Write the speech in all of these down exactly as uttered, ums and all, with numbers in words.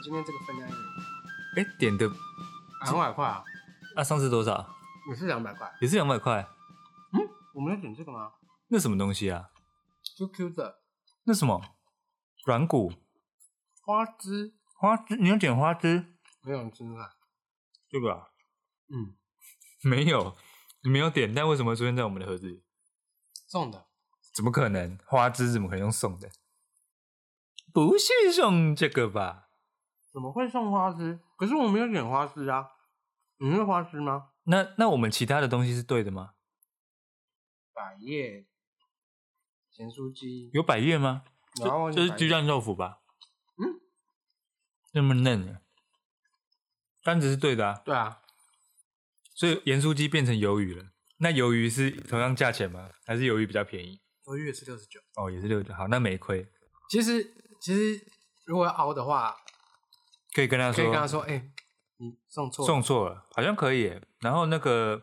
今天这个分量有点哎、欸，点的两百块啊？ 啊，上次多少？ 也是两百块， 也是两百块。 嗯，我们要点这个吗？ 那什么东西啊 ？Q Q 的。 那什么？软骨？ 花枝？ 花枝？你要点花枝？ 没有，你吃吃看。 这个啊？ 嗯， 没有，你没有点，但为什么会出现在我们的盒子里？ 送的。 怎么可能？花枝怎么可能用送的？不是送这个吧？ 怎么会送花枝？可是我没有点花枝啊。你是花枝吗？ 那那我们其他的东西是对的吗？ 百叶、咸酥鸡有百叶吗？ 这这是鸡蛋豆腐吧？ 嗯， 那么嫩的，单子是对的啊。 对啊， 所以盐酥鸡变成鱿鱼了。那鱿鱼是同样价钱吗？还是鱿鱼比较便宜？ 鱿鱼也是六十九。 哦，也是六十九。好，那没亏。 其实其实如果要熬的话， 可以跟他说， 可以跟他说，哎、欸，你送错了， 送错了，好像可以耶。然后那个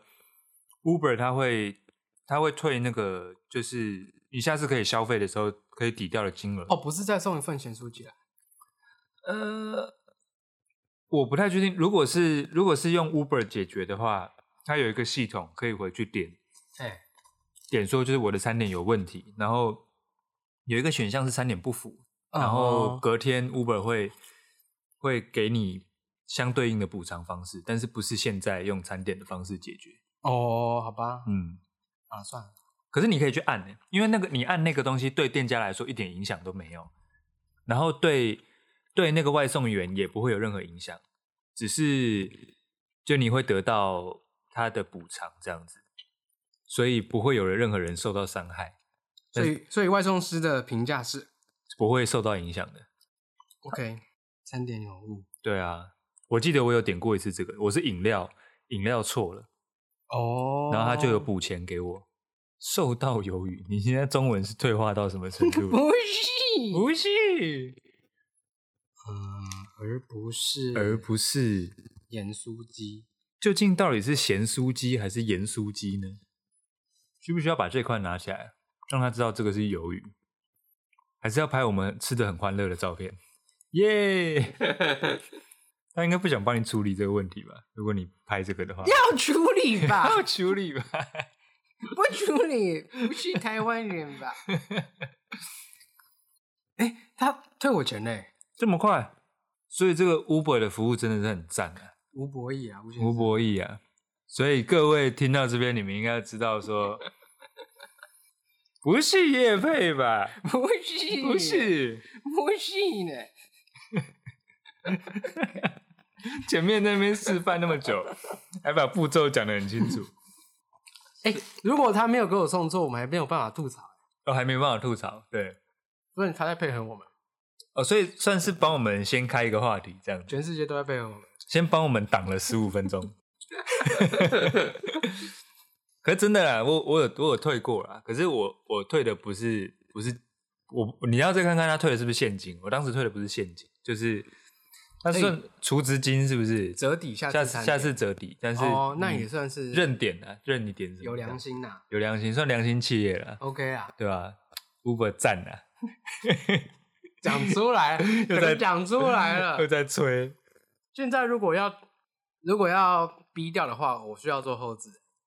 Uber 他会他会退那个，就是你下次可以消费的时候可以抵掉的金额。 哦，不是再送一份咸酥鸡啦？ 呃，我不太确定。如果是如果是用 Uber 解决的话，它有一个系统可以回去点， 哎、欸， 点说就是我的餐点有问题，然后有一个选项是餐点不符， 哦、 然后隔天 Uber 会会给你相对应的补偿方式，但是不是现在用餐点的方式解决。 哦，好吧， 嗯， 啊，算了。 可是你可以去按耶，因为那个你按那个东西对店家来说一点影响都没有，然后对对那个外送员也不会有任何影响，只是就你会得到他的补偿这样子，所以不会有任何人受到伤害。 所以所以外送师的评价是不会受到影响的。 OK， 餐点有误。 对啊，我记得我有点过一次这个，我是饮料饮料错了哦， 然后他就有补钱给我。受到鱿鱼，你现在中文是退化到什么程度？ 不是， 不是， 嗯，而不是， 而不是盐酥鸡。 究竟到底是咸酥鸡还是盐酥鸡呢？需不需要把这块拿起来，让他知道这个是鱿鱼？还是要拍我们吃得很欢乐的照片？耶、yeah! 他应该不想帮你处理这个问题吧？如果你拍这个的话， 要处理吧， 要处理吧。 不处理，不是台湾人吧？哎、欸，他退我钱嘞， 这么快？所以这个 Uber 的服务真的是很赞啊， 无博弈啊， 无博弈啊！所以各位听到这边，你们应该知道说，不是业配吧？ 不是， 不是， 不是呢。 前面那边示范那么久，还把步骤讲得很清楚。 哎、欸，如果他没有给我送错，我们还没有办法吐槽。 哦，还没办法吐槽，对。 所以他在配合我们。 哦，所以算是帮我们先开一个话题，这样。 全世界都在配合我们。先帮我们挡了十五分钟。可是真的啦，我我有我有退过啦。可是我我退的不是不是我，你要再看看他退的是不是现金。我当时退的不是现金，就是他算储值金是不是？ 折抵下次下次折抵，但是哦，那也算是认点啊，认一点什么有良心呐、啊， 有良心，算良心企业了。 OK 啊， 对吧 ？Uber 赞啊， 讲出来，又在讲出来了， 又在吹。 现在如果要如果要逼掉的话，我需要做后置。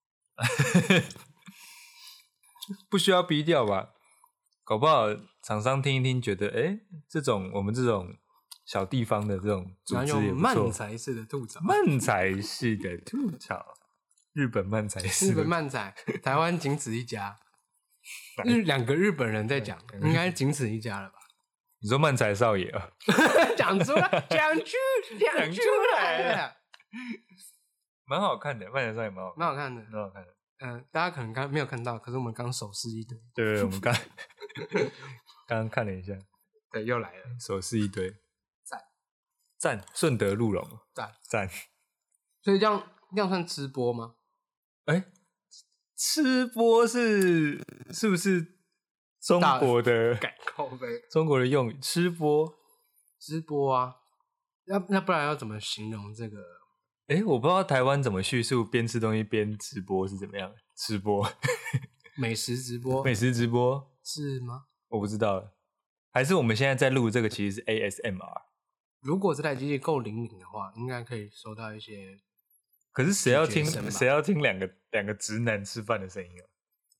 不需要逼掉吧？搞不好厂商听一听，觉得哎、欸，这种我们这种小地方的这种组织也不错。 漫才式的吐槽， 漫才式的吐槽，日本漫才式， 日本漫才，台湾仅此一家。日两个日本人在讲，应该仅此一家了吧？ 你说漫才少爷啊？ 讲出来，讲出讲出来了， 蛮好看的，漫才少爷蛮好， 蛮好看的， 蛮好看的。 嗯、呃，大家可能刚没有看到，可是我们刚手势一堆。 对对，我们刚刚刚看了一下， 对，又来了， 手势一堆， 赞赞，顺德鹿茸， 赞赞。 所以这样这样算吃播吗？ 哎、欸，吃播是是不是中国的改口呗？ 中国的用语，吃播， 直播啊，那那不然要怎么形容这个？ 哎，我不知道台湾怎么叙述边吃东西边直播是怎么样的？吃播， 美食直播， 美食直播是吗？ 我不知道了，还是我们现在在录这个其实是 A S M R？ 如果这台机器够灵敏的话，应该可以收到一些。 可是谁要听谁要听两个两个直男吃饭的声音啊？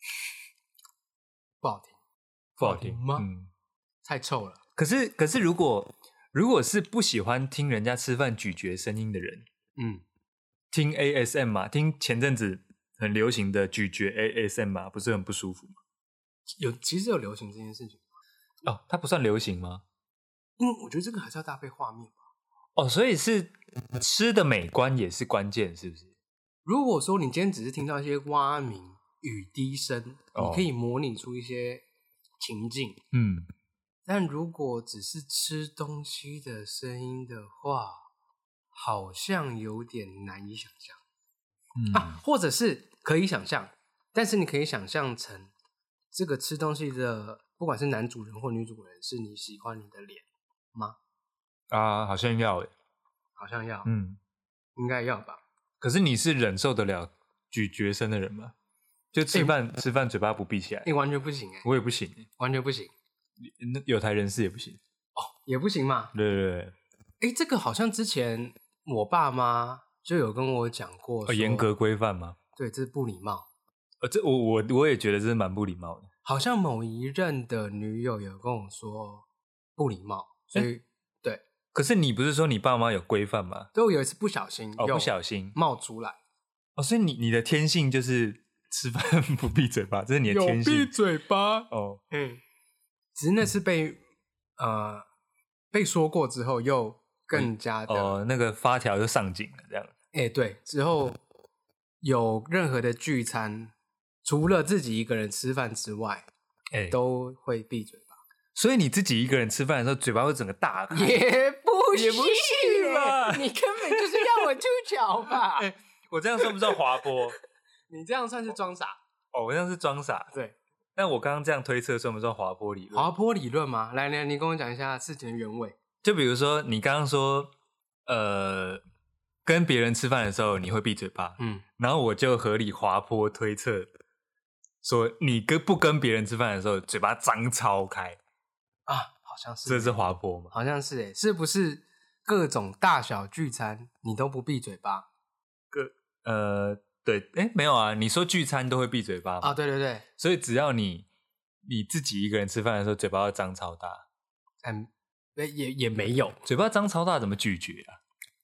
不好听， 不好听吗？ 嗯， 太臭了。 可是可是如果如果是不喜欢听人家吃饭咀嚼声音的人， 嗯， 听 A S M 嘛，听前阵子很流行的咀嚼 A S M 嘛，不是很不舒服吗？ 有，其实有流行这件事情吗？ 哦，它不算流行吗？ 因为我觉得这个还是要搭配画面吧。 哦，所以是吃的美观也是关键，是不是？ 如果说你今天只是听到一些蛙鸣、雨滴声， 哦、 你可以模拟出一些情境， 嗯。 但如果只是吃东西的声音的话，好像有点难以想象。 嗯、 啊，或者是可以想象，但是你可以想象成这个吃东西的，不管是男主人或女主人，是你喜欢你的脸吗？ 啊，好像要耶， 好像要， 嗯， 应该要吧。 可是你是忍受得了咀嚼声的人吗？就吃饭、欸、吃饭嘴巴不闭起来？ 你、欸、完全不行哎、欸， 我也不行、欸， 完全不行。 那有台人士也不行哦，也不行嘛。 对对对。 哎、欸，这个好像之前我爸妈就有跟我讲过， 严、哦、格规范吗？ 对，这是不礼貌。 呃，这我我我也觉得这是蛮不礼貌的。 好像某一任的女友有跟我说不礼貌，所以、欸、对。 可是你不是说你爸妈有规范吗？ 对，我有一次不小心， 哦，不小心冒出来。 哦，所以你你的天性就是吃饭不闭嘴巴，这是你的天性。 有闭嘴巴哦， 嗯。只是那次被呃被说过之后，又更加的哦，那个发条就上紧了，这样。 哎、欸，对，之后有任何的聚餐，除了自己一个人吃饭之外，哎、欸，都会闭嘴巴。 所以你自己一个人吃饭的时候，嘴巴会整个大开？ 也不也不是吧？ 你根本就是要我出脚吧？ 欸、我这样算不算滑坡？ 你这样算是装傻。 哦，我这样是装傻。 对。 那我刚刚这样推测算不算滑坡理论？ 滑坡理论吗？来来，你跟我讲一下事情的原委。 就比如说，你刚刚说，呃，跟别人吃饭的时候你会闭嘴巴，嗯，然后我就合理滑坡推测，说你跟不跟别人吃饭的时候嘴巴张超开啊，好像是， 这是滑坡吗？ 好像是诶，是不是各种大小聚餐你都不闭嘴巴？ 各呃。对，哎，没有啊！你说聚餐都会闭嘴巴吗？ 啊，对对对， 所以只要你你自己一个人吃饭的时候，嘴巴要张超大， 嗯，也也没有， 嘴巴张超大怎么咀嚼啊？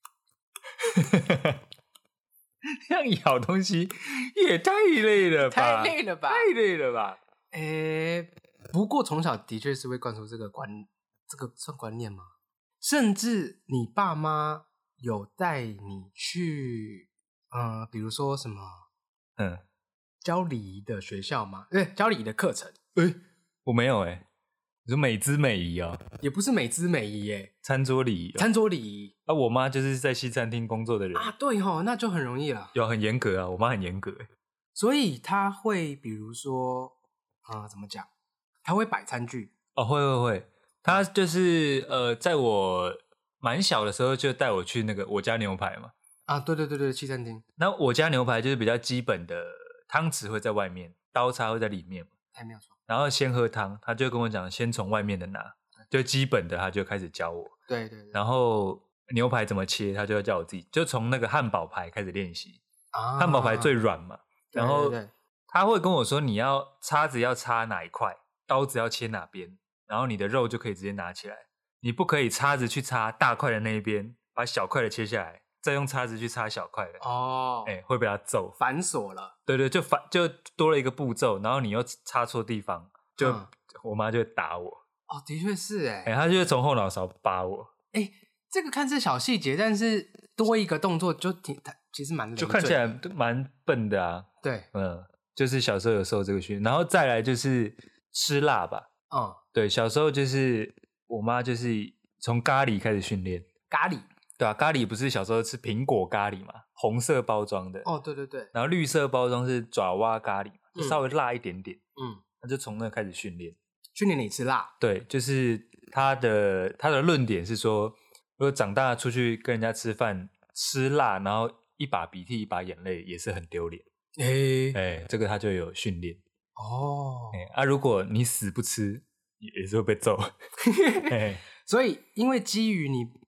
这样咬东西也太累了吧？ 太累了吧？ 太累了吧？ 哎，不过从小的确是会灌输这个观，这个算观念吗？甚至你爸妈有带你去。嗯，比如说什么，嗯，教礼仪的学校吗？对，教礼仪的课程。 哎、欸，我没有哎、欸。你说美姿美仪啊？ 也不是美姿美仪耶， 餐桌礼仪、喔。 餐桌礼仪啊，我妈就是在西餐厅工作的人啊，对齁，那就很容易了。 有很严格啊，我妈很严格、欸， 所以她会比如说啊、呃，怎么讲？她会摆餐具哦，会会会，她就是呃，在我蛮小的时候就带我去那个我家牛排嘛。 啊，对对对对，西餐厅。 那我家牛排就是比较基本的，汤匙会在外面，刀叉会在里面嘛。 还没有错。 然后先喝汤，他就跟我讲，先从外面的拿，就基本的他就开始教我。 对对对。 然后牛排怎么切，他就要叫我自己，就从那个汉堡排开始练习。 啊。 汉堡排最软嘛，然后对对对他会跟我说，你要叉子要插哪一块，刀子要切哪边，然后你的肉就可以直接拿起来。你不可以叉子去插大块的那一边，把小块的切下来。再用叉子去插小块的哦，哎、欸，会被他揍， 繁琐了。 对对，就繁就多了一个步骤，然后你又插错地方，就、嗯、我妈就会打我。 哦，的确是哎、 欸，哎，她就会从后脑勺扒我。 哎、欸，这个看似小细节，但是多一个动作就挺，其实蛮累， 就看起来蛮笨的啊。 对， 嗯，就是小时候有受这个训练，然后再来就是吃辣吧。嗯，对，小时候就是我妈就是从咖喱开始训练， 咖喱。 对啊，咖喱不是小时候吃苹果咖喱嘛，红色包装的。 哦，对对对。 然后绿色包装是爪哇咖喱，就稍微辣一点点。 嗯， 他就从那开始训练， 训练你吃辣。 对，就是他的他的论点是说，如果长大出去跟人家吃饭吃辣，然后一把鼻涕一把眼泪，也是很丢脸。哎、欸、哎、欸，这个他就有训练。哦，哎、欸、啊，如果你死不吃，也是会被揍。欸、 所以，因为基于你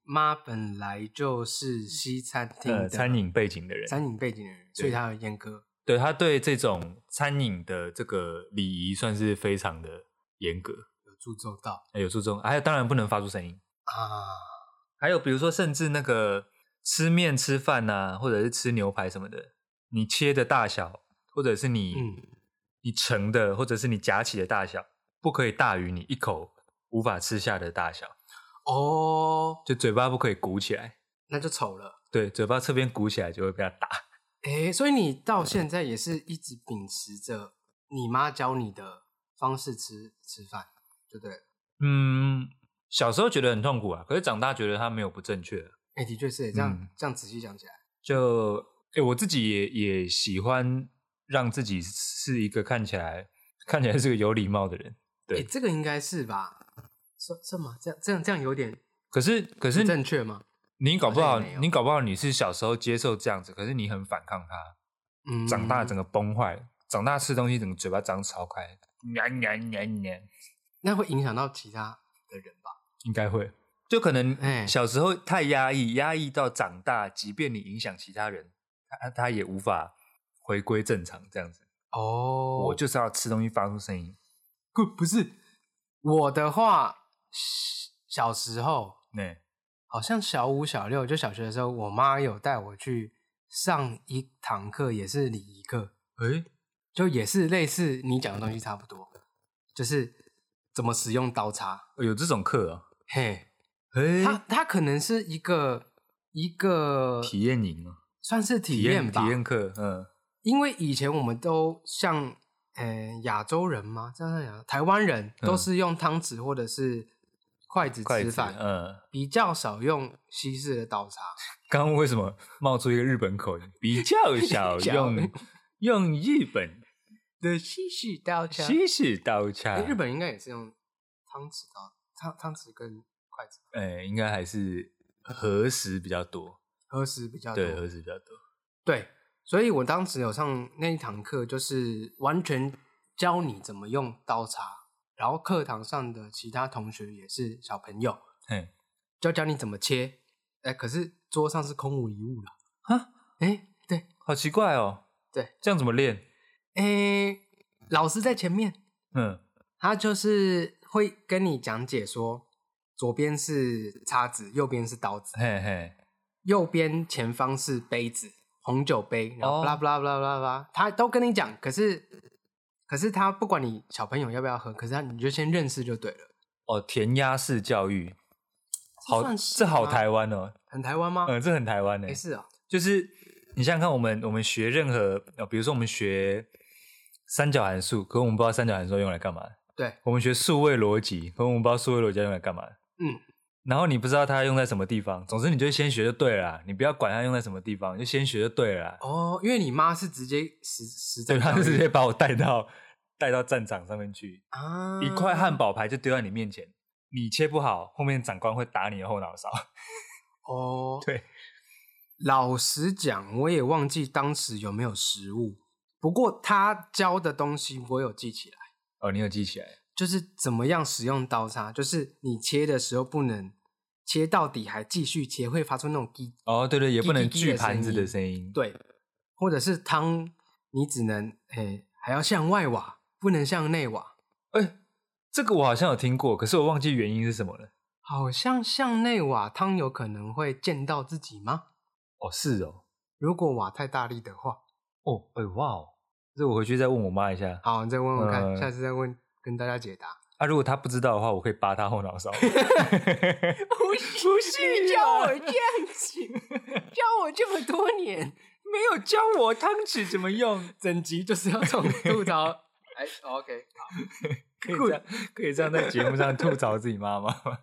妈本来就是西餐厅的、 呃、餐饮背景的人， 餐饮背景的人，所以他很严格。 对，他对这种餐饮的这个礼仪算是非常的严格， 有注重到， 有注重。还有当然不能发出声音啊。 还有比如说，甚至那个吃面、吃饭啊，或者是吃牛排什么的，你切的大小，或者是你、嗯、你盛的，或者是你夹起的大小，不可以大于你一口无法吃下的大小。 哦， 就嘴巴不可以鼓起来， 那就丑了。 对，嘴巴侧边鼓起来就会被他打。 哎，所以你到现在也是一直秉持着你妈教你的方式吃吃饭，对不对？ 嗯，小时候觉得很痛苦啊，可是长大觉得它没有不正确。 哎，的确是这样、嗯，这样仔细讲起来， 就哎，我自己也也喜欢让自己是一个看起来看起来是个有礼貌的人。对， 这个应该是吧？是是吗？这样这样这样有点， 可是可是正确吗？ 你搞不好，你搞不好你是小时候接受这样子，可是你很反抗它，嗯，长大整个崩坏，长大吃东西整个嘴巴张超开，黏黏黏黏， 那会影响到其他的人吧？ 应该会，就可能小时候太压抑，压抑到长大，即便你影响其他人，他他也无法回归正常这样子。 哦， 我就是要吃东西发出声音， 不不是我的话。小时候， 对， 好像小五、小六，就小学的时候，我妈有带我去上一堂课，也是礼仪课。 诶， 就也是类似你讲的东西差不多，就是怎么使用刀叉。 有这种课啊？ 嘿，嘿，它它可能是一个一个体验营啊， 算是体验吧， 体验课。嗯， 因为以前我们都像呃亚洲人吗？这样讲，台湾人都是用汤匙或者是筷子吃饭，嗯，比较少用西式的刀叉。 刚刚为什么冒出一个日本口音？比较少用用日本的西式刀叉。 西式刀叉， 日本应该也是用汤匙刀，汤汤匙跟筷子。 哎、欸，应该还是和食比较多， 和食比较多， 对，和食比较多。 对，所以我当时有上那一堂课，就是完全教你怎么用刀叉。然后课堂上的其他同学也是小朋友， 嘿， 就教你怎么切。哎，可是桌上是空无一物了。 哈， 哎，对， 好奇怪哦。 对， 这样怎么练？ 哎，老师在前面， 嗯， 他就是会跟你讲解说，左边是叉子，右边是刀子， 嘿嘿， 右边前方是杯子，红酒杯，然后blah blah blah blah blah，他都跟你讲，可是。可是他不管你小朋友要不要喝，可是他你就先认识就对了。 哦，填鸭式教育，好，这好台湾哦， 很台湾吗？ 嗯，这很台湾呢。 没事哦， 就是你想想看，我们我们学任何，比如说我们学三角函数，可我们不知道三角函数用来干嘛。 对， 我们学数位逻辑，可我们不知道数位逻辑用来干嘛。 嗯， 然后你不知道它用在什么地方，总之你就先学就对了啦，你不要管它用在什么地方，你就先学就对了啦。 哦，因为你妈是直接实实对，她是直接把我带到带到战场上面去啊， 一块汉堡排就丢在你面前，你切不好，后面长官会打你的后脑勺。 哦， 对， 老实讲，我也忘记当时有没有食物，不过他教的东西我有记起来。 哦，你有记起来？ 就是怎么样使用刀叉，就是你切的时候不能切到底还继续切，会发出那种滴哦，对对，也不能锯盘子的声音， 对，或者是汤你只能诶还要向外挖，不能向内挖。 哎，这个我好像有听过，可是我忘记原因是什么了。 好像向内挖汤有可能会溅到自己吗？ 哦，是哦， 如果挖太大力的话。 哦，哎哇哦，这我回去再问我妈一下。 好，你再问问看，呃、下次再问。跟大家解答啊！如果他不知道的话，我可以扒他后脑勺。不是， 不是教我这样子，教我这么多年， 没有教我汤匙怎么用。 整集就是要这种吐槽。哎 ，OK， 好， 可以这样，可以这样在节目上吐槽自己妈妈吗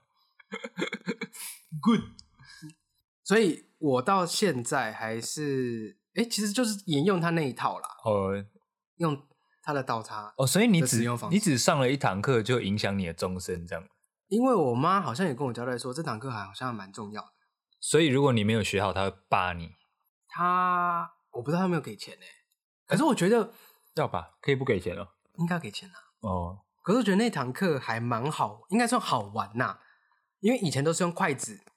？Good。所以我到现在还是，哎，其实就是沿用他那一套啦。 哦， 用。他的刀叉哦，所以你只你只上了一堂课就影响你的终身这样？ 因为我妈好像也跟我交代说，这堂课好像蛮重要的。 所以如果你没有学好，她会扒你。 她我不知道她有没有给钱呢、欸？可是我觉得要吧，可以不给钱哦。 应该给钱啊。 哦， 可是我觉得那堂课还蛮好，应该算好玩呐、啊。因为以前都是用筷子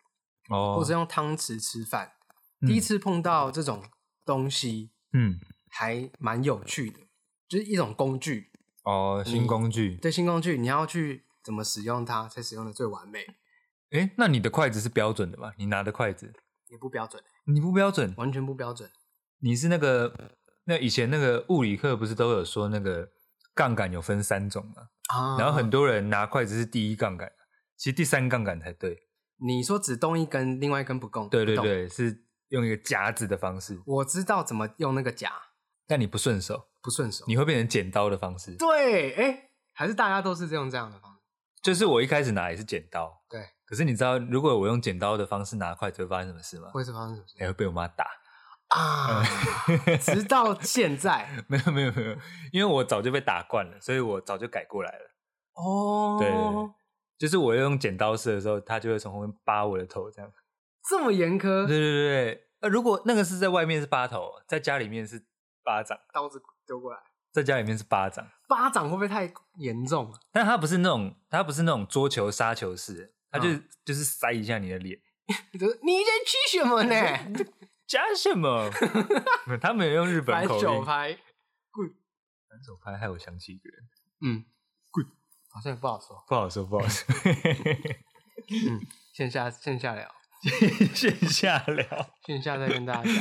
哦， 或是用汤匙吃饭。 嗯第一次碰到这种东西， 嗯， 还蛮有趣的，就是一种工具。 哦，新工具。 对，新工具你要去怎么使用它，才使用的最完美， 哎，那你的筷子是标准的吗？你拿的筷子也不标准， 你不标准， 完全不标准。 你是那个那以前那个物理课不是都有说那个杠杆有分三种吗？ 啊， 然后很多人拿筷子是第一杠杆，其实第三杠杆才对。 你说只动一根，另外一根不动，不动。 对对对，是用一个夹子的方式， 我知道怎么用那个夹， 但你不顺手， 不顺手。 你会变成剪刀的方式。 对，哎，还是大家都是用这样的方式。 就是我一开始拿也是剪刀， 对， 可是你知道，如果我用剪刀的方式拿筷子，会发生什么事吗？ 会是发生什么事哎，会被我妈打。 啊？直到现在， 没有没有没有，因为我早就被打惯了，所以我早就改过来了。 哦， 对，就是我用剪刀式的时候，他就会从后面扒我的头，这样。 这么严苛， 对对对对，呃，如果那个是在外面是扒头，在家里面是巴掌， 刀子丢过来， 在家里面是巴掌， 巴掌会不会太严重啊？ 但它不是那种，它不是那种桌球、杀球式，它就、 嗯就是塞一下你的脸。 你在吃什么呢？ 加什么？他们也用日本反口音。 手拍， 反手拍害我想起一个人， 嗯，good，好像也不好说。 不好说，不好说。 嗯，线下线下聊， 线下聊， 线下再跟大家讲。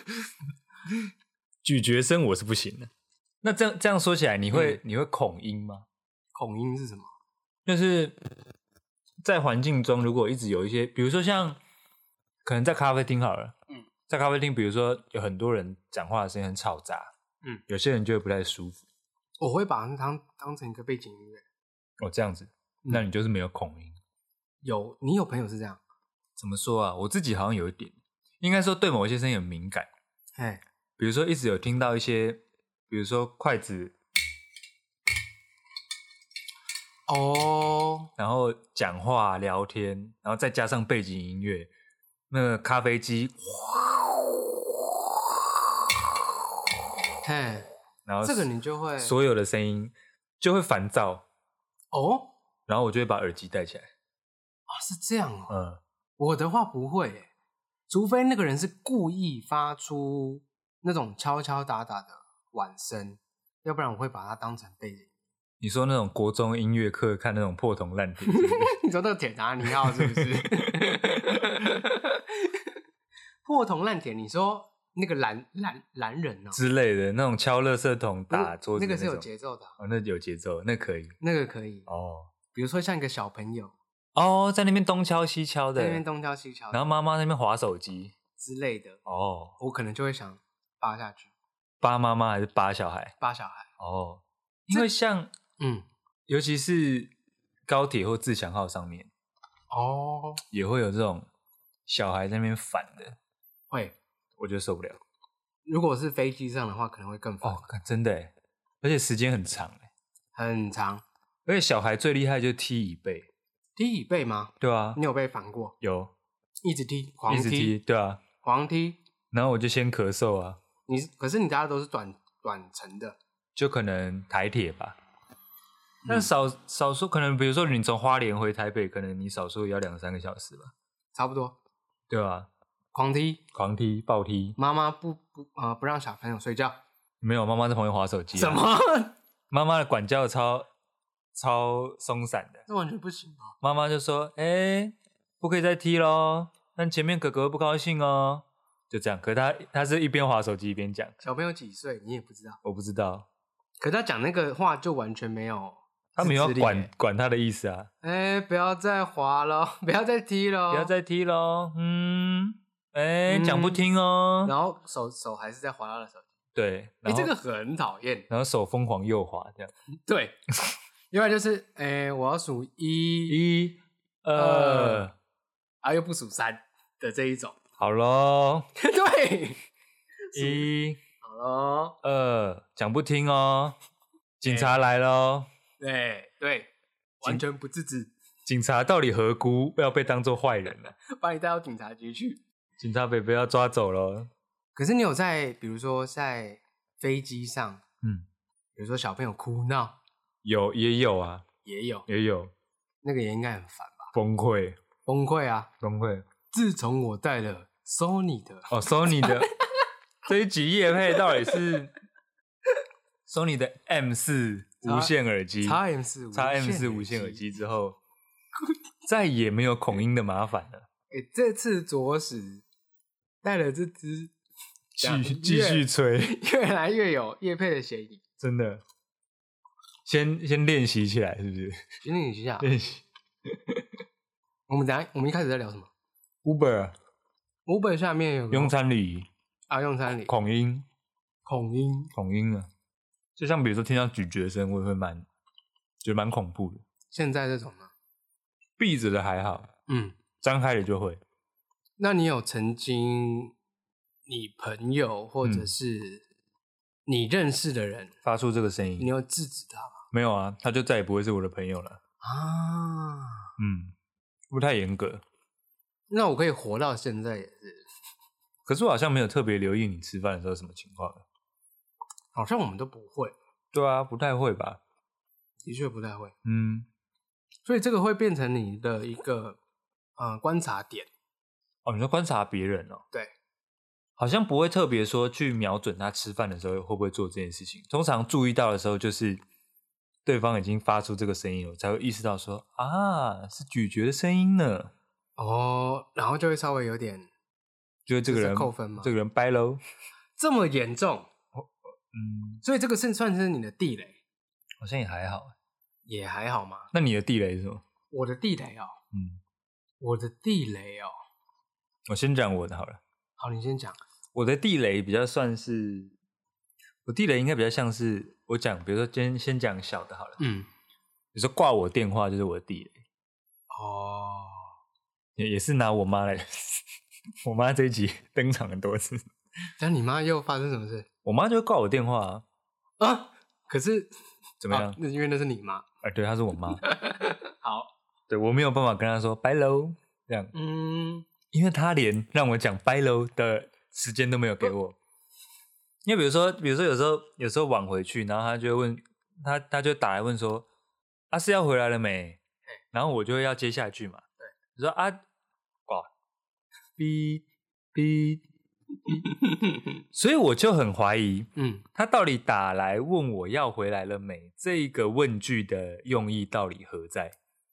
咀嚼声我是不行的。那这样这样说起来，你会、 嗯你会恐音吗？ 恐音是什么？ 就是在环境中，如果一直有一些，比如说像可能在咖啡厅好了， 嗯， 在咖啡厅，比如说有很多人讲话的声音很嘈杂， 嗯， 有些人就会不太舒服。 我会把它当当成一个背景音乐。 哦，这样子， 嗯那你就是没有恐音。 有，你有朋友是这样？ 怎么说啊？我自己好像有一点，应该说对某一些声音很敏感。 哎， 比如说一直有听到一些，比如说筷子， 哦， 然后讲话聊天，然后再加上背景音乐，那个咖啡机， 嘿， 然后这个你就会所有的声音就会烦躁， 哦然后我就会把耳机戴起来。 啊，是这样哦。 嗯， 我的话不会耶，除非那个人是故意发出那种敲敲打打的晚声，要不然我会把它当成背景。 你说那种国中音乐课看那种破铜烂铁是不是你说那个铁达尼号是不是？破铜烂铁，你说那个蓝蓝蓝人哦之类的那种敲垃圾桶打桌子的那个是有种节奏的啊、 哦，那有节奏，那可以那个可以。 哦比如说像一个小朋友哦，在那边东敲西敲的， 在那边东敲西敲的， 然后妈妈在那边滑手机之类的， 哦， 我可能就会想扒下去， 扒妈妈还是扒小孩扒小孩。 哦，因为像嗯， 尤其是高铁或自强号上面哦， 也会有这种小孩在那边反的， 会。 我就受不了如果是飞机上的话，可能会更烦， 哦，干真的耶，而且时间很长耶， 很长。 而且小孩最厉害就是踢椅背， 踢椅背吗？ 对啊， 你有被反过？ 有一直踢，狂一直踢，对啊， 狂踢。 然后我就先咳嗽啊， 你可是你大家都是短短程的， 就可能台铁吧。但嗯少少说，可能比如说你从花莲回台北，可能你少说也要两三个小时吧， 差不多。 对吧？ 狂踢， 狂踢、暴踢， 妈妈不不呃不让小朋友睡觉， 没有妈妈在旁边滑手机、啊。 什么？ 妈妈的管教超超松散的， 这完全不行啊！ 妈妈就说：“哎、欸，不可以再踢咯，但前面哥哥会不高兴哦。”就这样，可是他他是一边滑手机一边讲， 小朋友几岁你也不知道， 我不知道， 可他讲那个话就完全没有他没有要自制力管耶管他的意思啊， 哎、欸，不要再滑了，不要再踢了， 不要再踢咯，嗯，哎、欸，讲、 嗯不听哦， 然后手手还是在滑他的手机， 对， 哎、 然后、 欸，这个很讨厌。 然后手疯狂右滑这样， 对，另外就是，哎、欸，我要数一， 一、二， 啊又不数三的这一种， 好咯， 对， 一、 好咯， 二，讲不听哦，警察来咯。 对对，完全不自知， 警察到底何辜要被当作坏人呢、啊？ 把你带到警察局去。 警察北北要抓走了。 可是你有在，比如说在飞机上， 嗯， 比如说小朋友哭闹， 有也有啊， 也有， 也有那个也应该很烦吧？ 崩溃， 崩溃啊！ 崩溃。 这自从我带了 Sony 的哦 ，Sony 的这一集业配到底是 Sony 的 M 四无线耳机 X M 四 X M 四无线耳机之后，再也没有孔音的麻烦了。 哎、欸，这次着实带了这支， 继继续吹， 越来越有业配的嫌疑。 真的，先先练习起来，是不是？ 先练习一下， 练习。 我们等一下，我们一开始在聊什么 ？Uber，Uber 下面有用餐礼啊，用餐礼孔音， 孔音， 孔音啊，就像比如说听到咀嚼声，我也会蛮觉得蛮恐怖的。 现在这种呢， 闭着的还好， 嗯， 张开了就会。 那你有曾经你朋友或者是你认识的人、 嗯、发出这个声音， 你有制止他吗？ 没有啊，他就再也不会是我的朋友了啊。 嗯，不太严格。 那我可以活到现在也是， 可是我好像没有特别留意你吃饭的时候什么情况， 好像我们都不会。 对啊，不太会吧？ 的确不太会。 嗯， 所以这个会变成你的一个呃观察点。 哦，你说观察别人哦？ 对， 好像不会特别说去瞄准他吃饭的时候会不会做这件事情。通常注意到的时候，就是对方已经发出这个声音了，我才会意识到说啊，是咀嚼的声音呢。 哦，然后就会稍微有点， 就是这个人扣分吗？ 这个人掰喽， 这么严重？ 嗯， 所以这个是算是你的地雷？ 好像也还好， 也还好吗？ 那你的地雷是什么？ 我的地雷哦， 嗯， 我的地雷哦， 我先讲我的好了。 好，你先讲。 我的地雷比较算是，我地雷应该比较像是我讲，比如说今天先讲小的好了， 嗯， 比如说挂我电话就是我的地雷。 哦， 也也是拿我妈来，我妈这一集登场很多次。 但你妈又发生什么事？ 我妈就会挂我电话啊， 啊可是怎么样？ 啊、那因为那是你妈。 啊，对，她是我妈。 好， 对我没有办法跟她说拜喽，这样， 嗯， 因为她连让我讲拜喽的时间都没有给我。因为比如说，比如说有时候有时候晚回去，然后她就会问她，她就打来问说，啊是要回来了没？然后我就会要接下句嘛。对，你说啊，挂，哔哔。所以我就很怀疑，嗯，他到底打来问我要回来了没？这一个问句的用意到底何在？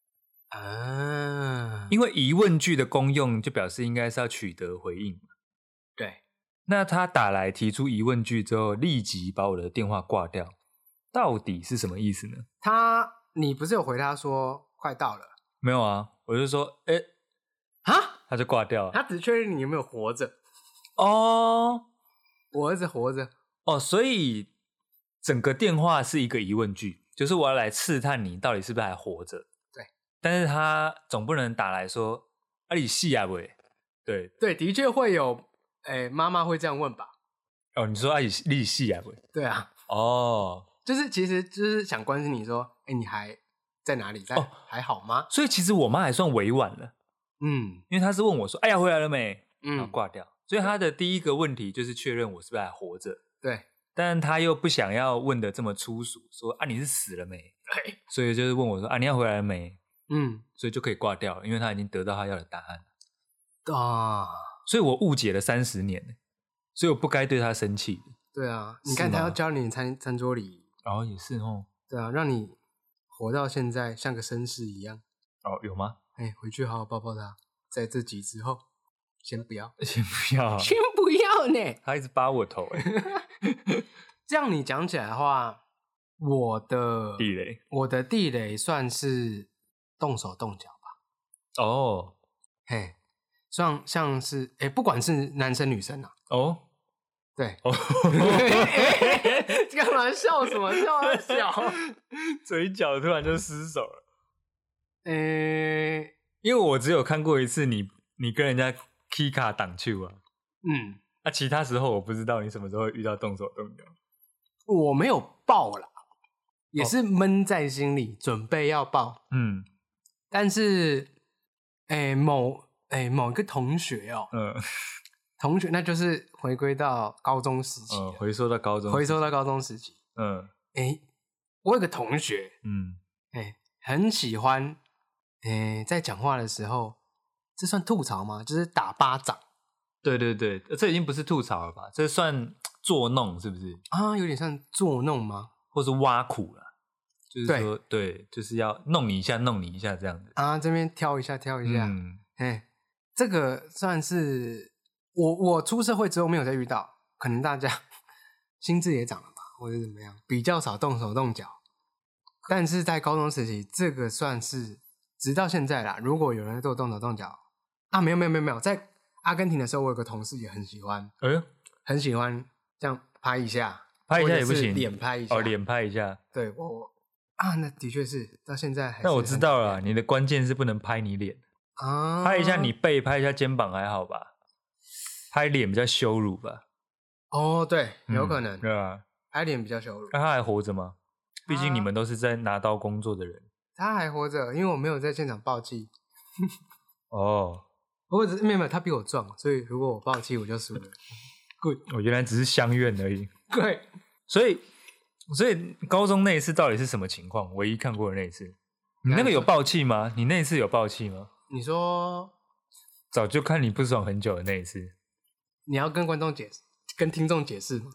啊，因为疑问句的功用就表示应该是要取得回应嘛。 对， 那他打来提出疑问句之后，立即把我的电话挂掉，到底是什么意思呢？ 他，你不是有回他说快到了？ 没有啊，我就说，哎、欸， 哈， 他就挂掉了。 他只确认你有没有活着。 哦， 我儿子活着哦，所以整个电话是一个疑问句，就是我要来刺探你到底是不是还活着。 对， 但是他总不能打来说啊你死啊喂，对对，的确会有，诶，妈妈会这样问吧？ 哦，你说啊你你死啊喂？对啊， 哦， 就是其实就是想关心你说，哎，你还在哪里？在、哦、还好吗？ 所以其实我妈还算委婉了，嗯，因为她是问我说，哎呀回来了没？嗯，然后挂掉。所以他的第一个问题就是确认我是不是还活着， 对， 但他又不想要问的这么粗俗，说啊你是死了没？对，所以就是问我说啊你要回来了没？嗯，所以就可以挂掉了，因为他已经得到他要的答案啊。所以我误解了三十年，所以我不该对他生气。 对啊，你看他要教你餐餐桌礼仪， 哦也是哦， 对啊，让你活到现在像个绅士一样。 哦，有吗？ 哎，回去好好抱抱他，在这集之后。先不要， 先不要， 先不要呢！ 他一直扒我头， 这样你讲起来的话，我的地雷， 我的地雷算是动手动脚吧。哦，嘿，像像是哎、欸，不管是男生女生啊。哦，对。哦，干嘛笑什么？笑啊笑， 嘴角突然就失手了。 呃、欸， 因为我只有看过一次你，你跟人家。K 卡挡球啊，嗯，那、啊、其他时候我不知道你什么时候会遇到动手动脚。 我没有爆啦，也是闷在心里，哦、准备要爆，嗯，但是，哎、欸，某哎、欸、某一个同学哦、喔，嗯，同学那就是回归到高中时期， 嗯，回溯到高中， 回溯到高中时期，嗯，哎、欸，我有个同學，嗯，哎、欸，很喜歡，哎、欸，在講話的時候这算吐槽吗？就是打巴掌。 对对对，这已经不是吐槽了吧？这算作弄是不是？ 啊，有点像作弄吗？ 或是挖苦啦，就是说 对, 对，就是要弄你一下，弄你一下这样子啊，这边挑一下，挑一下。 嗯， 哎，这个算是我我出社会之后没有再遇到，可能大家心智也长了吧，或者怎么样，比较少动手动脚。但是在高中时期，这个算是直到现在啦。如果有人对我动手动脚啊，没有没有没有没有，在阿根廷的时候，我有个同事也很喜欢， 哎呦， 很喜欢这样拍一下， 拍一下也不行， 脸拍一下， 哦，脸拍一下。 对我啊，那的确是到现在还是。 那我知道了，你的关键是不能拍你脸啊， 拍一下你背，拍一下肩膀还好吧？拍脸比较羞辱吧？ 哦，对，有可能， 嗯、对吧？ 拍脸比较羞辱。 那他还活着吗？毕竟你们都是在拿刀工作的人。 他还活着，因为我没有在现场爆气。 哦， 我只没有没有，他比我壮，所以如果我爆气，我就输了。Good， 我原来只是相怨而已。 对， 所以所以高中那一次到底是什么情况？唯一看过的那一次，你那个有爆气吗？你那一次有爆气吗？ 你说早就看你不爽很久的那一次， 你要跟观众解释，跟听众解释吗？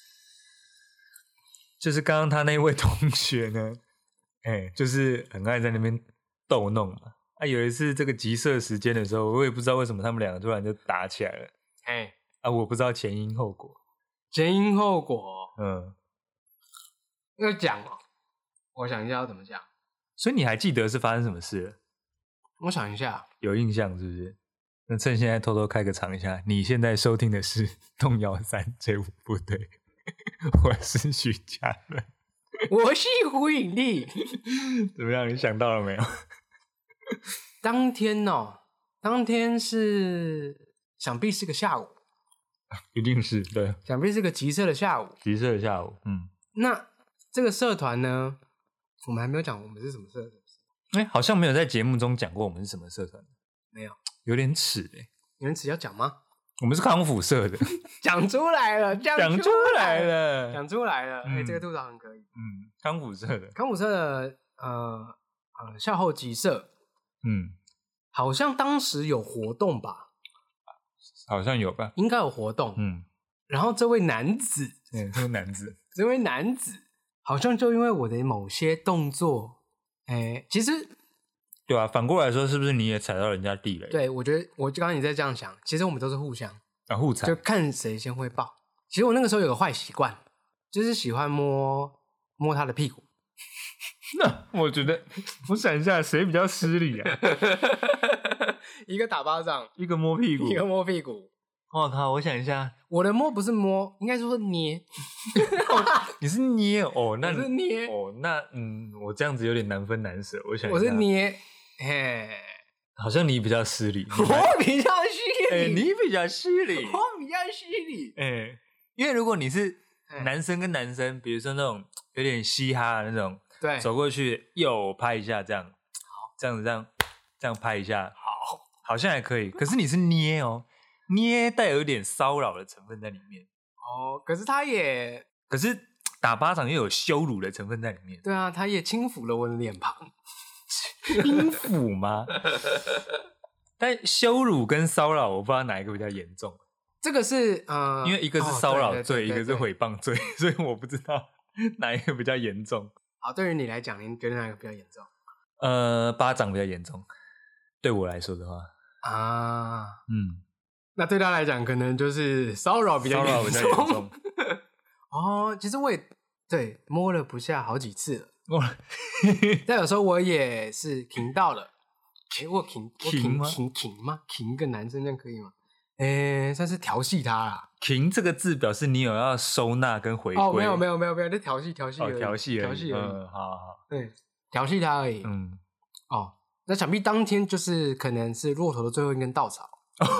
就是刚刚他那位同学呢，哎，就是很爱在那边逗弄嘛。啊，有一次这个集射时间的时候，我也不知道为什么他们两个突然就打起来了。 哎， 啊，我不知道前因后果。 前因后果， 嗯， 要讲哦。我想一下要怎么讲。 所以你还记得是发生什么事了？ 我想一下， 有印象是不是？那趁现在偷偷开个场一下，你现在收听的是《动摇三这五部队》，我是许家人， 我是胡引力。 怎么样？你想到了没有？ 当天哦，当天是想必是个下午， 一定是对， 想必是个集社的下午， 集社的下午。嗯， 那这个社团呢，我们还没有讲我们是什么社团。 哎，好像没有在节目中讲过我们是什么社团， 没有， 有点耻哎、欸。 有人只要讲吗？ 我们是康复社的， 讲出来了，讲出来了， 讲出来了。哎、 嗯欸，这个吐槽很可以。 嗯，康复社的， 康复社的呃呃校后集社， 嗯， 好像当时有活动吧？ 好像有吧？ 应该有活动。 嗯， 然后这位男子， 嗯，这位男子， 这位男子好像就因为我的某些动作，哎、欸，其实。 对啊，反过来说，是不是你也踩到人家地雷？ 对，我觉得我刚刚也在这样想，其实我们都是互相啊，互踩， 就看谁先会爆。其实我那个时候有个坏习惯，就是喜欢摸摸他的屁股。 那我觉得，我想一下，谁比较失礼啊？ 一个打巴掌， 一个摸屁股， 一个摸屁股。 我靠，我想一下， 我的摸不是摸，应该说捏。 你是捏哦，那我是捏哦，那嗯，我这样子有点难分难舍。我想一下， 我是捏。嘿， 好像你比较失礼， 我比较失礼， 欸、你比较失礼， 我比较失礼， 哎、欸，因为如果你是男生跟男生，比如说那种有点嘻哈的那种， 对， 走过去又拍一下，这样，好，这样子这样这样拍一下， 好， 好像还可以。可是你是捏哦，捏带有一点骚扰的成分在里面， 哦，可是他也， 可是打巴掌又有羞辱的成分在里面， 对啊，他也轻抚了我的脸庞。 轻抚吗？但羞辱跟骚扰，我不知道哪一个比较严重。 这个是呃， 因为一个是骚扰罪， 哦、 一个是诽谤罪，所以我不知道哪一个比较严重。 好，对于你来讲，你觉得哪个比较严重？ 呃，巴掌比较严重。对我来说的话， 啊， 嗯， 那对他来讲，可能就是骚扰比较严重。 骚扰比较严重。 哦，其实我也对摸了不下好几次了。 哦， 但有时候我也是停到了，我停我停吗？ 停停吗？停个男生这样可以吗？诶，算是调戏他啦。 停这个字表示你有要收纳跟回归。 哦，没有没有没有没有，就调戏调戏而已， 调戏调戏而已。 嗯，好好， 对，调戏他而已。 嗯， 哦，那想必当天就是可能是骆驼的最后一根稻草。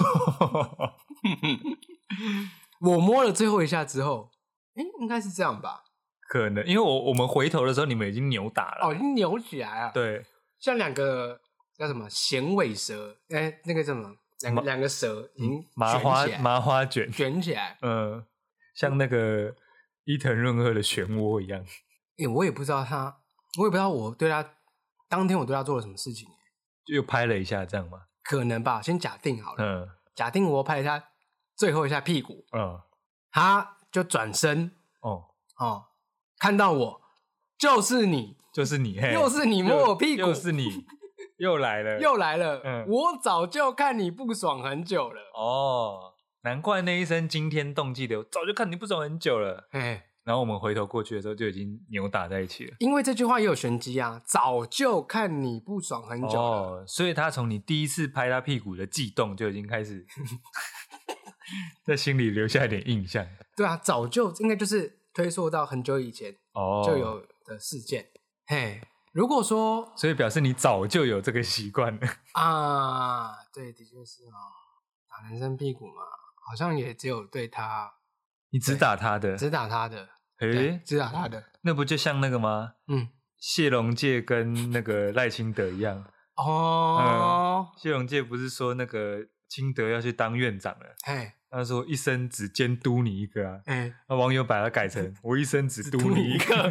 我摸了最后一下之后，哎，应该是这样吧？ 可能，因为我我们回头的时候，你们已经扭打了， 哦，已经扭起来了。 对， 像两个叫什么衔尾蛇，哎，那个叫什么？两个两个蛇已经麻花麻花卷卷起来， 嗯，像那个伊藤润二的漩涡一样。 哎，我也不知道他，我也不知道我对他当天我对他做了什么事情， 就又拍了一下，这样吗？ 可能吧，先假定好了， 嗯假定我拍了他最后一下屁股， 嗯他就转身哦， 哦，看到我就是你， 就是你，嘿， 又是你摸我屁股， 又是你，又来了， 又来了， 嗯我早就看你不爽很久了， 哦，难怪那一声惊天动地的，我早就看你不爽很久了。 哎， 然后我们回头过去的时候，就已经扭打在一起了。 因为这句话也有玄机啊，早就看你不爽很久了， 哦，所以他从你第一次拍他屁股的悸动就已经开始在心里留下一点印象。 对啊，早就应该就是推溯到很久以前哦， 就有的事件。嘿，如果说所以表示你早就有这个习惯了。 啊，对，的确是哦，打男生屁股嘛，好像也只有对他， 你只打他的， 只打他的， 诶、 对只打他的， 那不就像那个吗？ 嗯， 谢龙介跟那个赖清德一样。 哦， 谢龙介不是说那个清德要去当院长了？ 嘿， 他说一生只监督你一个啊， 哎， 那网友把它改成我一生只督你一个。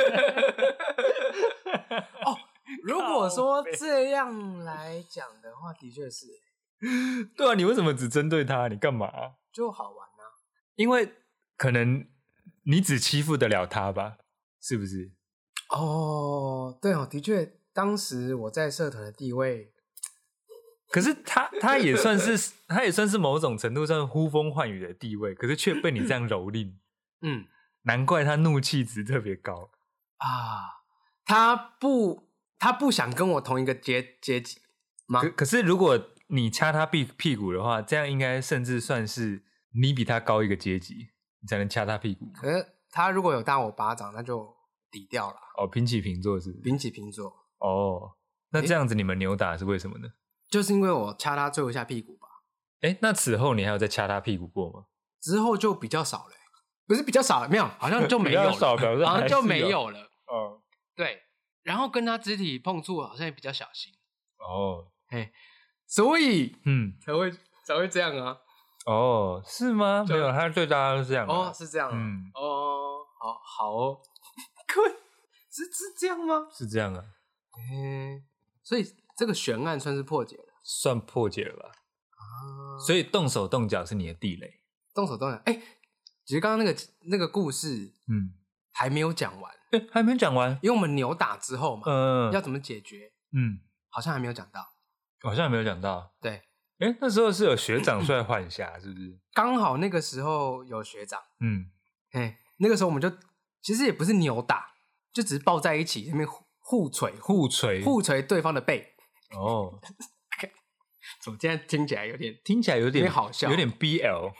哦，如果说这样来讲的话，的确是， 对啊，你为什么只针对他？你干嘛？ 就好玩啊。 因为可能你只欺负得了他吧？是不是？ 哦，对哦，的确，当时我在社团的地位， 可是他他也算是他也算是某种程度上呼风唤雨的地位，可是却被你这样蹂躏， 嗯难怪他怒气值特别高。 啊，他不，他不想跟我同一个阶阶级吗？ 可可是如果你掐他屁屁股的话，这样应该甚至算是你比他高一个阶级，你才能掐他屁股。 可是他如果有打我巴掌，那就抵掉了， 哦，平起平坐是不是？ 平起平坐。 哦，那这样子你们扭打是为什么呢？ 就是因为我掐他最后一下屁股吧， 哎，那此后你还有再掐他屁股过吗？ 之后就比较少了、欸，不是比较少了，没有，好像就没有了， 比较少表示好像就还是有没有了。 哦对，然后跟他肢体碰触好像也比较小心， 哦， 哎，所以嗯， 才会才会这样啊。 哦，是吗？ 就没有，他对大家都是这样的。 哦，是这样、啊， 嗯， 哦，好好哦，滚，是是这样吗？ 是这样啊， 哎，所以这个悬案算是破解了算破解了吧？ 啊。 所以动手动脚是你的地雷。 动手动脚，哎，其实刚刚那个那个故事嗯， 还没有讲完， 哎，还没讲完。 因为我们扭打之后嘛， 嗯， 要怎么解决， 嗯， 好像还没有讲到。 好像还没有讲到。 对， 哎，那时候是有学长出来换下，是不是？ 刚好那个时候有学长， 嗯， 哎，那个时候我们就其实也不是扭打，就只是抱在一起，那边互互捶， 互锤。 互捶对方的背。 哦， 怎么现在听起来有点， 听起来有点有点好笑有点 B L。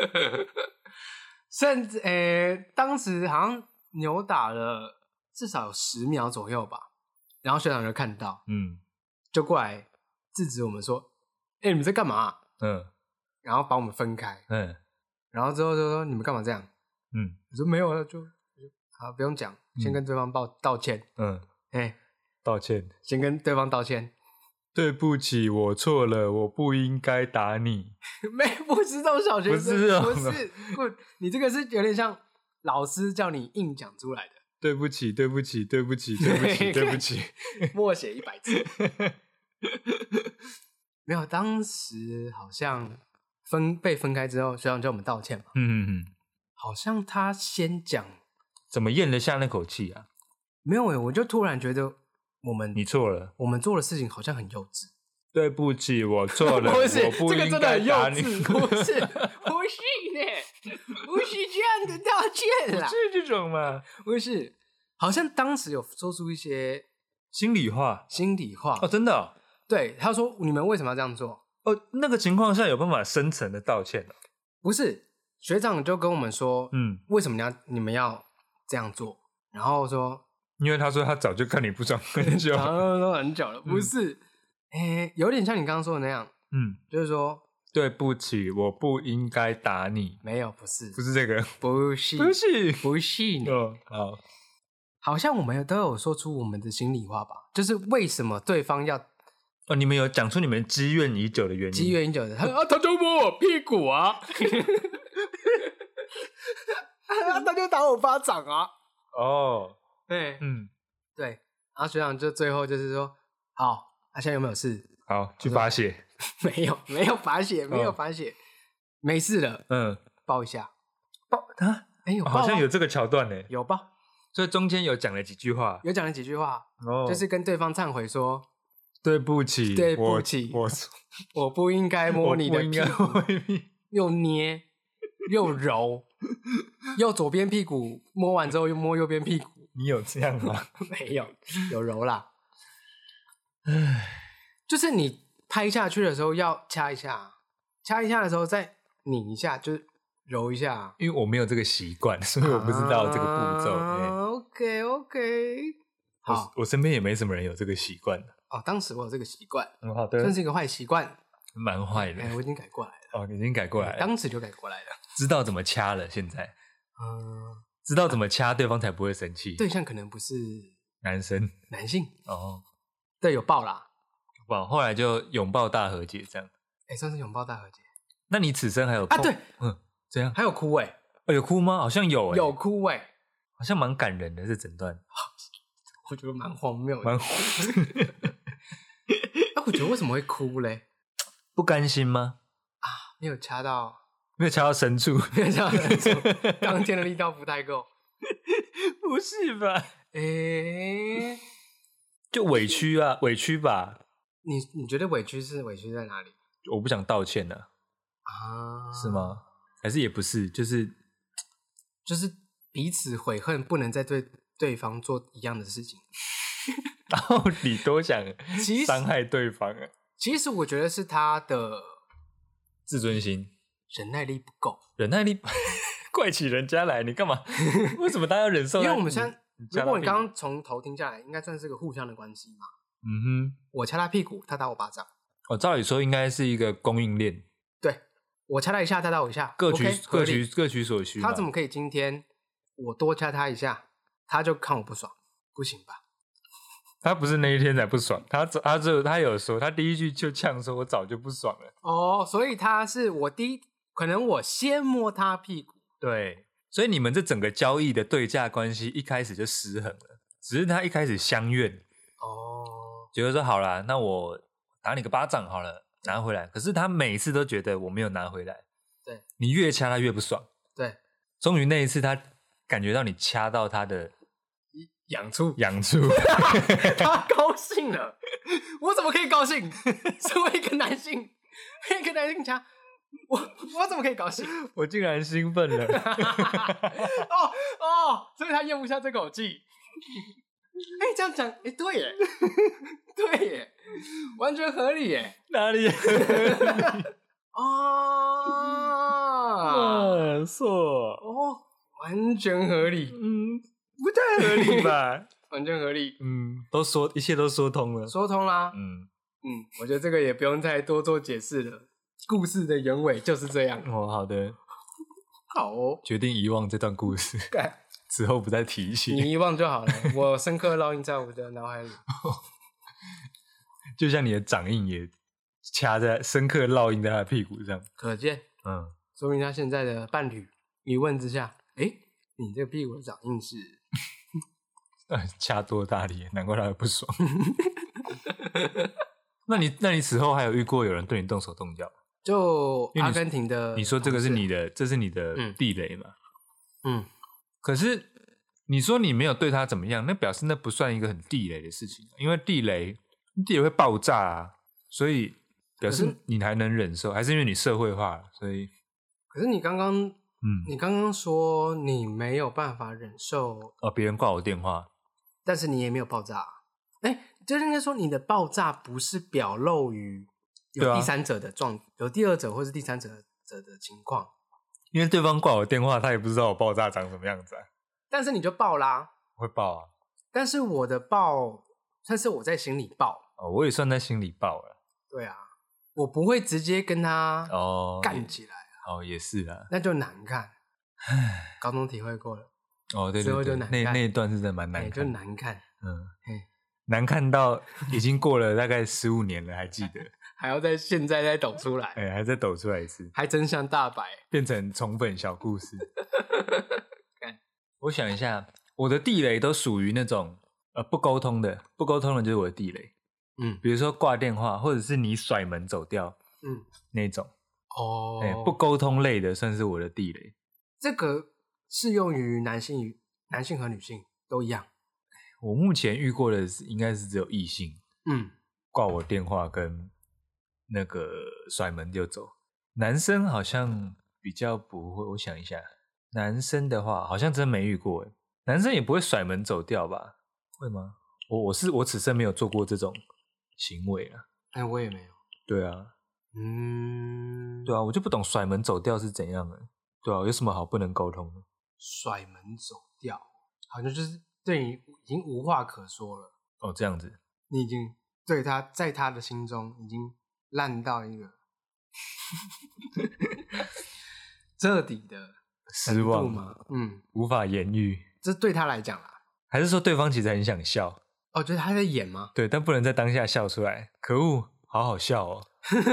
甚至诶，当时好像扭打了至少有十秒左右吧，然后学长就看到， 嗯就过来制止我们说：“哎、你们在干嘛？” 嗯然后把我们分开， 嗯然后之后就说：“你们干嘛这样嗯？” 我说：“没有啊，就好，不用讲，先跟对方道道歉。 嗯， 哎， 道歉。 先跟对方道歉。 对不起，我错了，我不应该打你。 没，不是这种小学生， 不是这种不是，不，你这个是有点像老师叫你硬讲出来的， 对不起，对不起，对不起，对不起，对不起。 默写一百字。没有，当时好像分被分开之后，学长叫我们道歉嘛， 嗯嗯嗯， 好像他先讲， 怎么咽得下那口气啊？ 没有诶，我就突然觉得我们你错了， 我们做的事情好像很幼稚。 对不起，我错了， 不是， 我不这个应真的很幼该打你。 稚，不是，不是呢，不是这样的道歉啦， 是这种吗？ 不是，好像当时有说出一些心里话心里话哦，真的哦。 对，他说你们为什么要这样做？ 哦，那个情况下有办法深层的道歉哦。 不是，学长就跟我们说， 嗯， 为什么你要你们要这样做？然后说， 因为他说他早就看你不爽很久。 然后说很久了，不是，哎、有点像你刚刚说的那样， 嗯， 就是说对不起，我不应该打你。 没有，不是， 不是这个， 不是， 不是， 不是呢， 哦，好， 好像我们都有说出我们的心里话吧，就是为什么对方要哦，你们有讲出你们积怨已久的原因？ 积怨已久的，他啊，他就摸我屁股啊，他就打我巴掌啊， 哦， 对， 嗯， 对，然后学长就最后就是说，好，他、啊、现在有没有事？ 好，去发泄。 没有没有罚写，没有罚写，哦、没事了。 嗯， 抱一下， 抱他， 哎、欸、有、啊、 好像有这个桥段呢， 有抱。 所以中间有讲了几句话， 有讲了几句话， 哦， 就是跟对方忏悔说。 对不起， 对不起， 我我不应该摸你的屁股，又捏又揉，又左边屁股摸完之后又摸右边屁股。 你有这样吗？ 没有，有揉啦。唉，就是你拍下去的时候要掐一下，掐一下的时候再拧一下，就是揉一下。 因为我没有这个习惯，所以我不知道这个步骤。 啊、OK OK， 好， 我, 我身边也没什么人有这个习惯的。 哦，当时我有这个习惯， 嗯，好的， 算是一个坏习惯， 蛮坏的。 哎、欸，我已经改过来了。 哦，已经改过来了， 当时就改过来了， 知道怎么掐了。现在， 嗯， 知道怎么掐，对方才不会生气。 对象可能不是男生， 男性哦， 对，有抱啦， 有抱，后来就拥抱大和解这样。 哎、欸，算是拥抱大和解。 那你此生还有啊？对， 嗯，这样还有哭哎、欸哦，有哭吗？好像有哎、欸， 有哭哎、欸， 好像蛮感人的这整段， 我觉得蛮荒谬的， 蛮。 那、啊、我觉得为什么会哭嘞？ 不甘心吗？ 啊，没有掐到， 没有掐到深处， 没有掐到深处，当天的力道不太够。 不是吧？ 哎、欸， 就委屈啊，委屈吧。 你你觉得委屈是委屈在哪里？ 我不想道歉了啊， 是吗？还是也不是？就是就是彼此悔恨，不能再对对方做一样的事情。 到底多想伤害对方啊？ 其实我觉得是他的自尊心、 忍耐力不够。 忍耐力怪起人家来，你干嘛？为什么大家要忍受？ 因为我们现在，如果你刚刚从头听下来，应该算是个互相的关系嘛。 嗯哼， 我掐他屁股，他打我巴掌。 哦，照理说应该是一个供应链。 对，我掐他一下，他打我一下， 各取、 okay, 各取各取所需。 他怎么可以今天我多掐他一下，他就看我不爽？不行吧？ 他不是那一天才不爽，他他就他有说，他第一句就呛说：“我早就不爽了。” 哦，所以他是我第一，可能我先摸他屁股。 对，所以你们这整个交易的对价关系一开始就失衡了，只是他一开始相怨， 哦， 觉得说好啦，那我打你个巴掌好了，拿回来。可是他每次都觉得我没有拿回来， 对， 你越掐他越不爽。 对， 终于那一次他感觉到你掐到他的痒处， 痒处， 他高兴了。我怎么可以高兴？身为一个男性，一个男性掐我，我怎么可以高兴？ 我竟然兴奋了。 哦哦，所以他咽不下这口气。哎、欸，这样讲，哎、欸，对耶，对耶，完全合理耶。 哪里合理？ 啊， 错哦，完全合理。 嗯，不太合理吧？ 完全合理。 嗯，都说一切都说通了， 说通啦。 嗯嗯，我觉得这个也不用再多做解释了。故事的原委就是这样。 哦，好的， 好哦， 决定遗忘这段故事，之后不再提起。 你遗忘就好了，我深刻烙印在我的脑海里。 就像你的掌印也掐在深刻烙印在他的屁股上， 可见， 嗯， 说明他现在的伴侣一问之下，哎、欸，你这个屁股的掌印是掐多大力，难怪他不爽。那你那你此后还有遇过有人对你动手动脚？ 就阿根廷的你， 你说这个是你的，这是你的地雷嘛？ 嗯， 可是你说你没有对他怎么样，那表示那不算一个很地雷的事情，因为地雷地雷会爆炸啊，所以表示你还能忍受，还是因为你社会化了，所以。 可是你刚刚， 嗯， 你刚刚说你没有办法忍受哦，别人挂我电话， 但是你也没有爆炸，哎、欸，就是应该说你的爆炸不是表露于有第三者的状、啊，有第二者或是第三者者的情况， 因为对方挂我电话，他也不知道我爆炸长什么样子啊。 但是你就爆啦， 会爆啊。但是我的爆，算是我在心里爆哦，我也算在心里爆了。 对啊，我不会直接跟他哦干起来啊。哦，也是啊， 那就難看。高中體會過了。 哦，對對對，之後就難看。那那一段是真的蠻難看的， 就難看。 嗯，難看到已經過了大概十五年了，還記得。 還要在現在再抖出來， 哎、欸，還再抖出來一次， 還真相大白， 變成寵粉小故事。我想一下，我的地雷都屬於那種呃不溝通的，不溝通的就是我的地雷。 嗯比如说挂电话，或者是你甩门走掉， 嗯， 那种， 哦， 哎、不沟通类的算是我的地雷。 这个适用于男性与男性和女性都一样。 我目前遇过的是应该是只有异性嗯， 挂我电话跟那个甩门就走，男生好像比较不会。我想一下，男生的话好像真没遇过，男生也不会甩门走掉吧？会吗？我我是我此生没有做过这种行为啊。 哎，我也没有。 对啊， 嗯， 对啊，我就不懂甩门走掉是怎样的。对啊，有什么好不能沟通的？ 甩门走掉，好像就是对你已经无话可说了。 哦，这样子， 你已经对他在他的心中已经烂到一个彻底的失望嘛？嗯， 无法言喻。 这对他来讲啦。 还是说对方其实很想笑？ 哦，觉得他在演吗？ 对，但不能在当下笑出来。可恶，好好笑哦。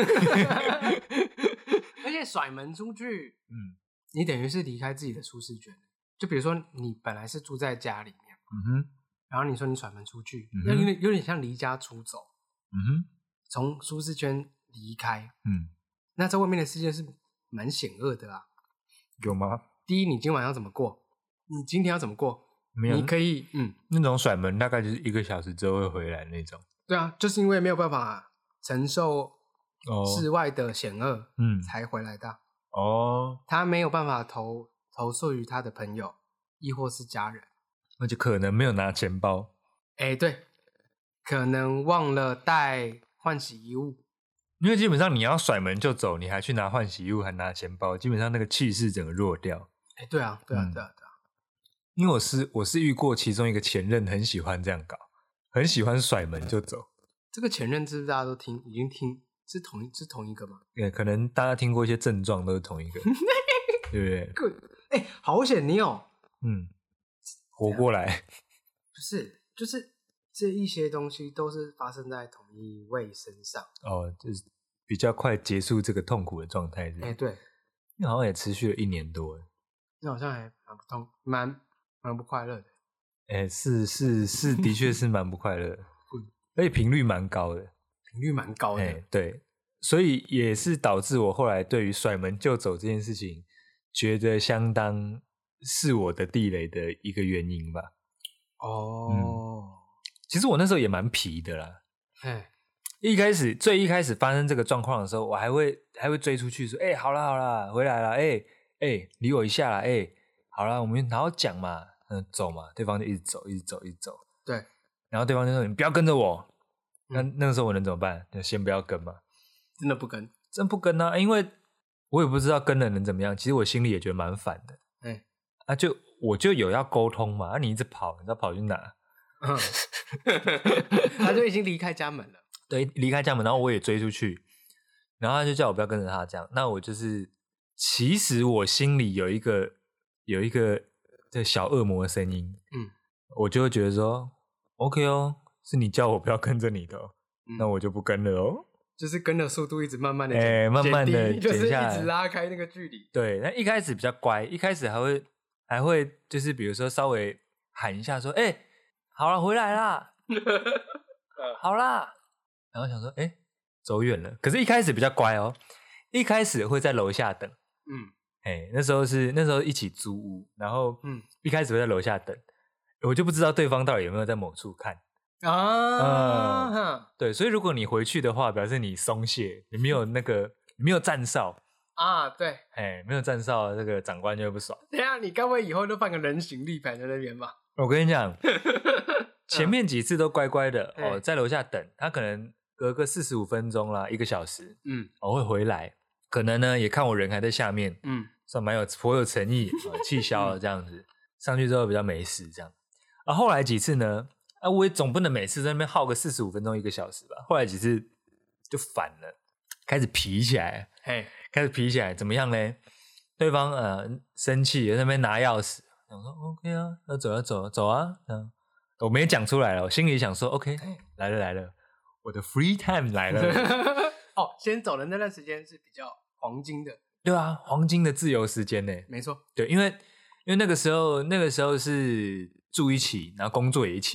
而且甩门出去， 嗯你等于是离开自己的舒适圈。就比如说你本来是住在家里面， 嗯哼， 然后你说你甩门出去， 嗯哼那有点有点像离家出走， 嗯哼， 从舒适圈离开。 嗯， 那在外面的世界是蛮险恶的啊。 有吗？ 第一，你今晚要怎么过？你今天要怎么过？ 没有， 你可以，嗯， 那种甩门大概就是一个小时之后会回来那种。 对啊，就是因为没有办法承受哦， 室外的险恶， 嗯， 才回来的。 哦， 他没有办法投投诉于他的朋友，亦或是家人。 而且可能没有拿钱包。 哎，对，可能忘了带换洗衣物。 因为基本上你要甩门就走，你还去拿换洗衣物，还拿钱包，基本上那个气势整个弱掉。 哎，对啊，对啊， 嗯对啊，对啊。 因为我是我是遇过其中一个前任很喜欢这样搞，很喜欢甩门就走。 这个前任是不是大家都听，已经听是同一是同一个吗？ 对，可能大家听过一些症状都是同一个，对不对？ 哎，好险你有， 嗯，活过来。 不是，就是这一些东西都是发生在同一位身上。 哦，就是比较快结束这个痛苦的状态。 哎，对， 因为好像也持续了一年多。 那好像还蛮不痛，蛮蛮不快乐的。 哎，是是是，的确是蛮不快乐的，而且频率蛮高的， 频率蛮高的。 哎，对，所以也是导致我后来对于甩门就走这件事情，觉得相当是我的地雷的一个原因吧。 哦， 嗯其实我那时候也蛮皮的啦。 哎， 一开始最一开始发生这个状况的时候，我还会还会追出去说：“哎、欸，好啦好啦，回来啦，哎、欸、哎、欸，理我一下啦，哎、欸，好啦，我们好好讲嘛，嗯，走嘛。”对方就一直走，一直走，一直走。 对， 然后对方就说：“你不要跟着我。嗯”那那个时候我能怎么办？就先不要跟嘛。 真的不跟， 真不跟啊，因为我也不知道跟了能怎么样。其实我心里也觉得蛮烦的。 哎， 啊就，就我就有要沟通嘛，啊，你一直跑，你知道跑去哪？ 嗯，他就已经离开家门了。 对，离开家门，然后我也追出去，然后他就叫我不要跟着他这样。那我就是，其实我心里有一个有一个这小恶魔的声音， 嗯， 我就会觉得说 ，OK 哦，是你叫我不要跟着你的，哦嗯， 那我就不跟了哦。 就是跟的速度一直慢慢的， 哎，慢慢的就是一减下来， 直拉开那个距离。 对，那一开始比较乖，一开始还会还会就是比如说稍微喊一下说，哎、欸，好了，回来啦，好啦。然后想说，哎，走远了。可是，一开始比较乖哦，一开始会在楼下等。 嗯， 哎，那时候是那时候一起租屋，然后嗯， 一开始会在楼下等，我就不知道对方到底有没有在某处看啊。 嗯，对，所以如果你回去的话，表示你松懈，你没有那个你没有站哨啊，对， 哎，没有站哨，这个长官就会不爽。 对啊，你该不会以后都放个人形立牌在那边吧？ 我跟你讲，前面几次都乖乖的、 嗯、 哦，在楼下等，他可能隔个四十五分钟啦，一个小时， 嗯， 我、哦、会回来，可能呢也看我人还在下面， 嗯， 算蛮有颇有诚意，哦、气消了这样子，上去之后比较没事这样。啊，后来几次呢，啊，我也总不能每次在那边耗个四十五分钟一个小时吧。后来几次就烦了，开始皮起来， 嘿， 开始皮起来，怎么样呢？对方呃生气，在那边拿钥匙，我说 OK 啊，要走要走走啊，嗯。我没讲出来了，我心里想说 OK 来了来了，我的 free time 来了。 哦，先走的那段时间是比较黄金的， 对啊，黄金的自由时间呢， 没错， 对，因为因为那个时候那个时候是住一起，然后工作也一起，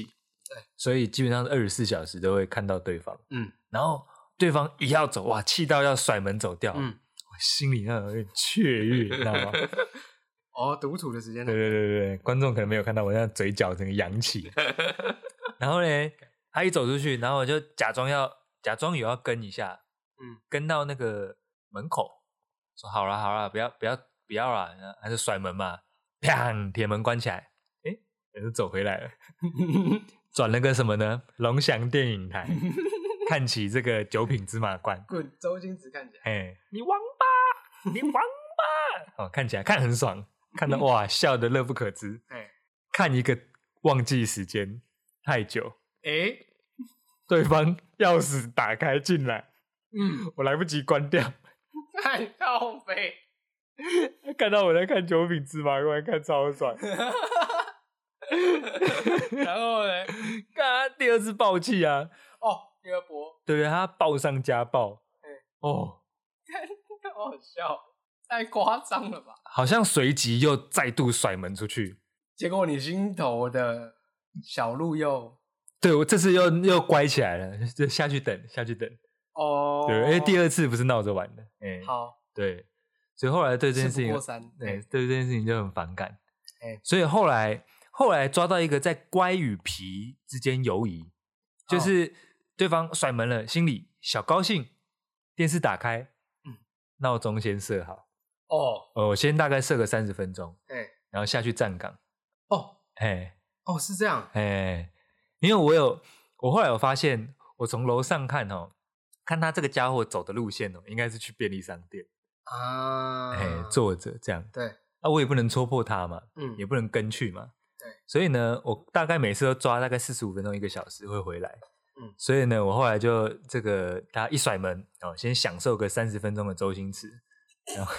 对， 所以基本上二十四小时都会看到对方。 嗯， 然后对方一要走，哇，气到要甩门走掉， 嗯， 我心里那有点雀跃，你知道吗？ 哦，独处的时间呢？ 对对对对，观众可能没有看到我那嘴角整个扬起。然后呢，他一走出去，然后我就假装要假装有要跟一下， 嗯， 跟到那个门口，说好了好了，不要不要不要了，还是甩门嘛，砰，铁门关起来，诶，也就走回来了，转了个什么呢？龙翔电影台，看起这个九品芝麻官， 滚，周星驰看起来， 哎，你王八，你王八，哦，看起来看很爽，看到哇，笑得乐不可支， 哎， 看一个忘记时间太久， 哎， 对方钥匙打开进来， 嗯， 我来不及关掉， 太靠北， 看到我在看九品芝麻官，看超爽。 然后呢？ 看他第二次爆气啊， 哦，第二波， 对不对？他爆上加爆， 哎， 哦， 好好笑，太夸张了吧？ 好像随即又再度甩门出去。 结果你心头的小鹿又对，我这次又又乖起来了，就下去等，下去等。 哦， 对，因为第二次不是闹着玩的，哎， 好， 对，所以后来对这件事情， 事不过三， 对，对这件事情就很反感。 哎， 所以后来后来抓到一个在乖与皮之间游移，就是对方甩门了，心里小高兴，电视打开， 嗯， 闹钟先设好， 哦， 呃，我先大概设个三十分钟， 哎， 然后下去站岗， 哦， 哎哦，是这样， 哎，因为我有我后来有发现，我从楼上看哦，看他这个家伙走的路线哦，应该是去便利商店啊， 哎，坐着这样， 对， 啊，我也不能戳破他嘛， 嗯， 也不能跟去嘛， 对， 所以呢，我大概每次都抓大概四十五分钟一个小时会回来， 嗯， 所以呢，我后来就这个他一甩门哦，先享受个三十分钟的周星驰，然后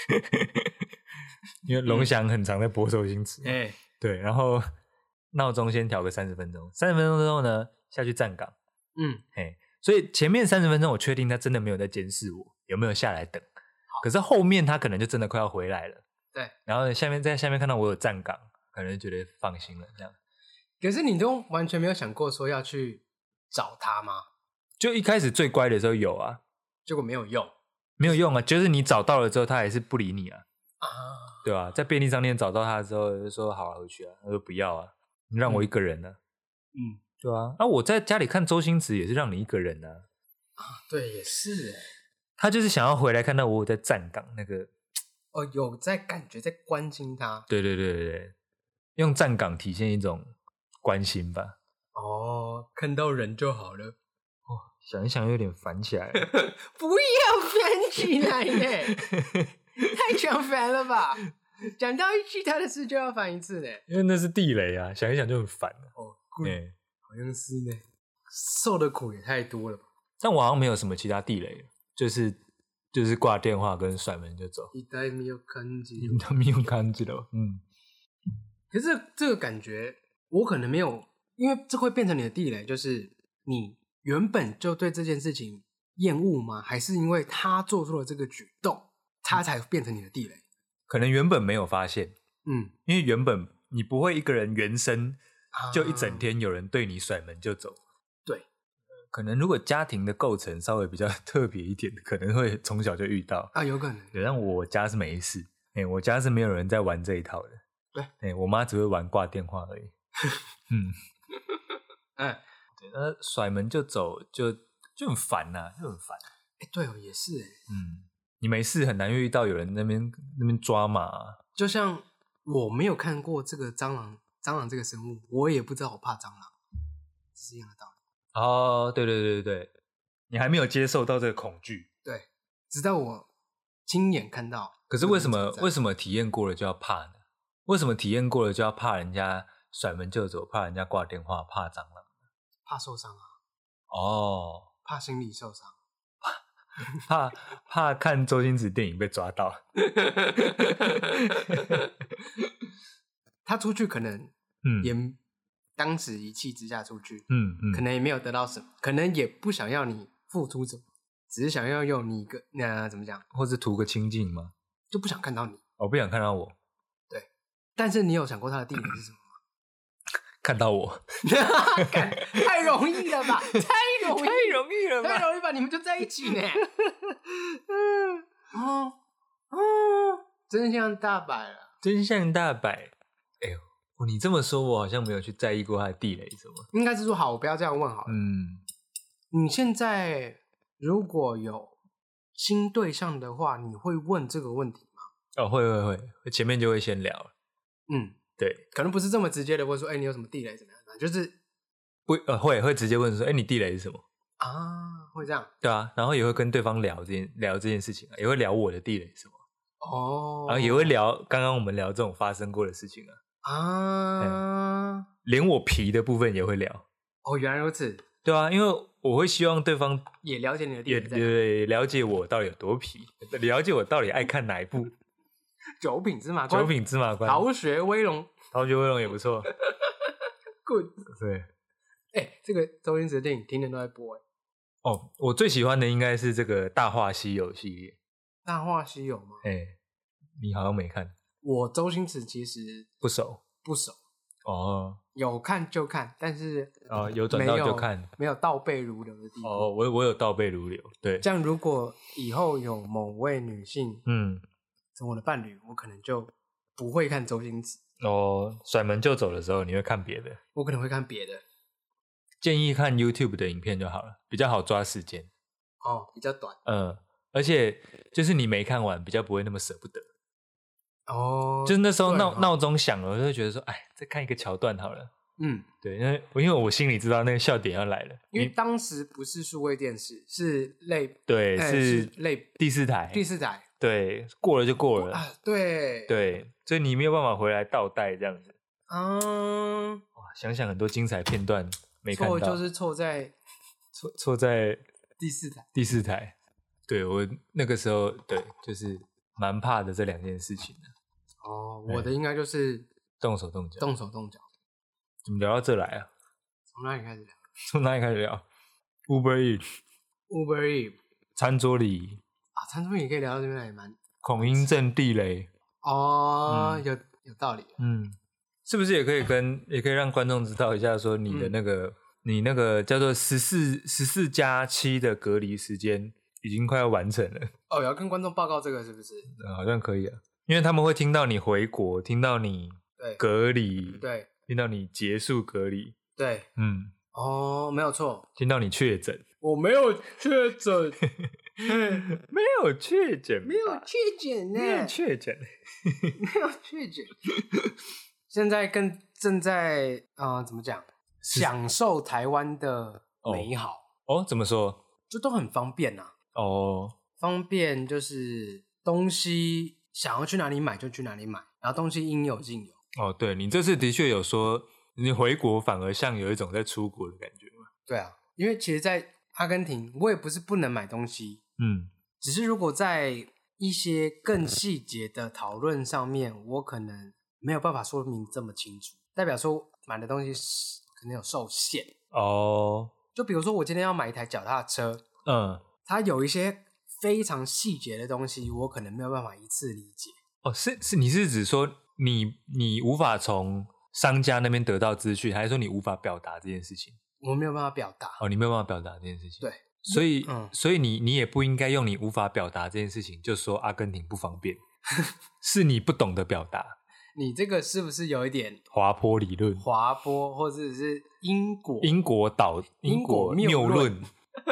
因为龙翔很常在播周星驰， 哎， 对，然后闹钟先调个三十分钟，三十分钟之后呢下去站岗， 嗯， 嘿，所以前面三十分钟我确定他真的没有在监视我，有没有下来等，可是后面他可能就真的快要回来了， 对， 然后下面在下面看到我有站岗，可能就觉得放心了这样。 可是你都完全没有想过说要去找他吗？ 就一开始最乖的时候有啊， 结果没有用没有用啊，就是你找到了之后，他还是不理你啊， 啊， 对吧、啊？在便利商店找到他之后，就说好啊，回去啊，他说不要啊，你让我一个人呢、啊， 嗯， 对啊，那、啊、我在家里看周星驰也是让你一个人啊， 啊，对，也是， 他就是想要回来看到我有在站岗那个， 哦，有在感觉在关心他， 对对对对对，用站岗体现一种关心吧。 哦，看到人就好了， 哦，想一想有点烦起来了。 不要烦起来呢，太常烦了吧？讲到一句他的事就要烦一次呢， 因为那是地雷啊，想一想就很烦了。 哦， 对、 欸，好像是呢，受的苦也太多了吧？ 但我好像没有什么其他地雷，就是就是挂电话跟甩门就走。 一代没有感觉， 你都没有感觉了，嗯。 可是这个感觉我可能没有，因为这会变成你的地雷，就是你原本就对这件事情厌恶吗？还是因为他做出了这个举动，他才变成你的地雷？ 可能原本没有发现， 嗯， 因为原本你不会一个人原生啊就一整天有人对你甩门就走。 对， 可能如果家庭的构成稍微比较特别一点，可能会从小就遇到啊，有可能。 对，但我家是没事，哎、欸，我家是没有人在玩这一套的。 对， 哎、欸，我妈只会玩挂电话而已。嗯， 哎， 对，那甩门就走就就很烦呐、啊，就很烦。 哎、欸，对哦，也是哎。 嗯，你没事很难遇到有人那边那边抓马、啊。 就像我没有看过这个蟑螂，蟑螂这个生物，我也不知道我怕蟑螂，是一样的道理。 哦，对对对对对，你还没有接受到这个恐惧。 对，直到我亲眼看到。 可是为什么为什么体验过了就要怕呢？为什么体验过了就要怕人家甩门就走，怕人家挂电话，怕蟑螂？ 怕受伤啊！ 哦， 怕心理受伤， 怕怕看周星驰电影被抓到。 他出去可能嗯也当时一气之下出去， 嗯嗯， 可能也没有得到什么，可能也不想要你付出什么，只是想要用你一个那、呃、怎么讲， 或是图个清净吗？ 就不想看到你。 我、哦、不想看到我。 对，但是你有想过他的地雷是什么吗？ 看到我， 太容易了吧？太容易， 太容易了吧？ 太容易吧？你们就在一起呢。哦哦，真相大白了， 真相大白。哎呦，你这么说，我好像没有去在意过他的地雷什么。 应该是说好，我不要这样问好了。 嗯， 你现在如果有新对象的话，你会问这个问题吗？ 哦，会会会，前面就会先聊。 嗯， 对， 可能不是这么直接的问说，哎、欸，你有什么地雷怎么样？就是不呃会会直接问说，哎、欸，你地雷是什么啊？会这样？ 对啊，然后也会跟对方聊这件聊这件事情啊，也会聊我的地雷是什么哦， 然后也会聊刚刚我们聊这种发生过的事情啊啊， 连我皮的部分也会聊。 哦，原来如此。 对啊，因为我会希望对方也了解你的地也雷在也了解我到底有多皮，了解我到底爱看哪一部。 九品芝麻官， 九品芝麻官， 逃学威龙， 逃学威龙也不错。 Good， 对， 哎、欸，这个周星驰的电影天天都在播哎。 哦，我最喜欢的应该是这个《大话西游》系列。 大话西游吗？ 哎、欸，你好像没看。 我周星驰其实不熟， 不熟。 哦， 有看就看，但是哦有转到就看， 没有倒背如流的地方。 哦，我我有倒背如流。对， 这样如果以后有某位女性，嗯，成我的伴侣，我可能就不会看周星驰。 哦，甩门就走的时候，你会看别的？ 我可能会看别的。 建议看 YouTube 的影片就好了，比较好抓时间。 哦，比较短。 嗯，而且就是你没看完，比较不会那么舍不得。 哦， 就是那时候闹闹钟响了，我就觉得说，哎，再看一个桥段好了。嗯，对，因为因为我心里知道那个笑点要来了， 因为当时不是数位电视，是类对、欸、是类第四台， 第四台， 对，过了就过了啊，对对，所以你没有办法回来倒带这样子。 嗯， 哇，想想很多精彩片段没看到， 错就是错在错错在第四台， 第四台。对我那个时候，对，就是蛮怕的这两件事情的。 哦，我的应该就是动手动脚， 动手动脚。 怎么聊到这来啊？ 从哪里开始聊？ 从哪里开始聊 ？Uber Eats，Uber Eats， 餐桌礼啊，餐桌礼可以聊到这边也蛮。 孔英正地雷哦，嗯、有有道理。 嗯，是不是也可以跟也可以让观众知道一下，说你的那个、嗯、你那个叫做十四十四加七的隔离时间已经快要完成了。 哦，要跟观众报告这个是不是？ 嗯，好像可以啊，因为他们会听到你回国，听到你隔离， 对， 听到你结束隔离， 对， 嗯， 哦，没有错， 听到你确诊， 我没有确诊， 没有确诊， 没有确诊呢， 没有确诊， 没有确诊。现在跟正在啊、呃，怎么讲？享受台湾的美好哦, 哦？怎么说？ 就都很方便呐、 啊。哦， 方便就是东西想要去哪里买就去哪里买，然后东西应有尽有。 哦，对，你这次的确有说，你回国反而像有一种在出国的感觉嘛？ 对啊，因为其实，在阿根廷，我也不是不能买东西，嗯，只是如果在一些更细节的讨论上面，我可能没有办法说明这么清楚，代表说买的东西可能有受限哦。就比如说，我今天要买一台脚踏车，嗯，它有一些非常细节的东西，我可能没有办法一次理解。 哦，是是，你是指说你你无法从商家那边得到资讯，还是说你无法表达这件事情？ 我没有办法表达。 哦，你没有办法表达这件事情。 对， 所以， 嗯， 所以你你也不应该用你无法表达这件事情就说阿根廷不方便，是你不懂得表达。 你这个是不是有一点滑坡理论？ 滑坡或者是因果因果导因果谬论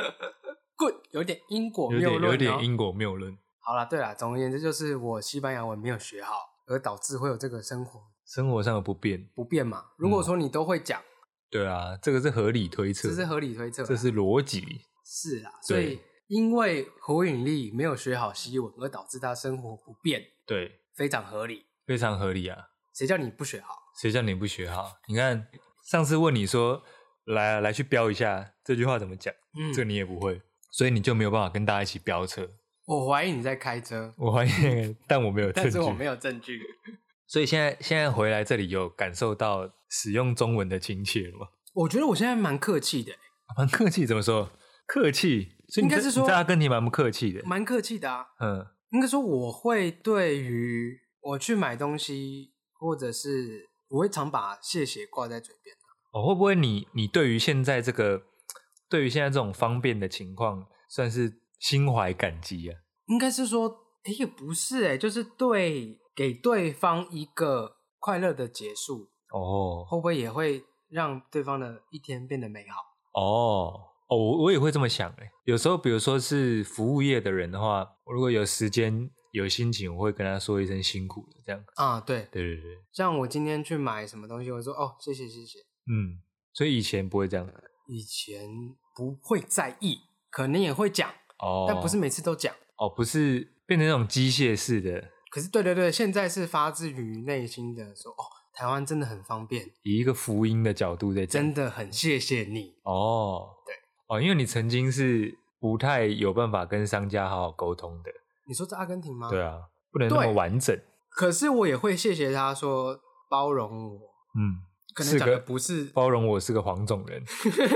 ，good， 有点因果谬论、哦， 有点有点因果谬论。 好啦，对啦，总而言之就是我西班牙文没有学好，而导致会有这个生活生活上的不便不便嘛。如果说你都会讲、嗯， 对啊，这个是合理推测， 这是合理推测， 这是逻辑， 是啊。所以因为胡允丽没有学好西文，而导致他生活不便， 对， 非常合理， 非常合理啊。 谁叫你不学好？ 谁叫你不学好？你看上次问你说来啊来去标一下这句话怎么讲，嗯，这个你也不会，所以你就没有办法跟大家一起飙车。 我怀疑你在开车， 我怀疑，但我没有证据， 但是我没有证据。 所以现在现在回来这里有感受到使用中文的亲切了吗？ 我觉得我现在蛮客气的、欸， 蛮客气。怎么说？客气？所以你应该是说你在阿根廷蛮不客气的， 蛮客气的啊。 嗯， 应该说我会对于我去买东西，或者是我会常把谢谢挂在嘴边。 哦，会不会你你对于现在这个，对于现在这种方便的情况，算是心怀感激啊？ 应该是说，哎，也不是哎，就是对给对方一个快乐的结束， 哦， 会不会也会让对方的一天变得美好？ 哦哦，我我也会这么想哎。有时候，比如说是服务业的人的话，我如果有时间有心情，我会跟他说一声辛苦了，这样啊，对对对对， 像我今天去买什么东西，我说哦，谢谢谢谢。 嗯，所以以前不会这样， 以前不会在意，可能也会讲， 哦， 但不是每次都讲。 哦，不是变成那种机械式的， 可是对对对，现在是发自于内心的说，哦，台湾真的很方便， 以一个福音的角度在讲， 真的很谢谢你。 哦， 对， 哦，因为你曾经是不太有办法跟商家好好沟通的， 你说在阿根廷吗？ 对啊，不能那么对完整。 可是我也会谢谢他说包容我， 嗯， 可能讲的不是包容我是个黄种人，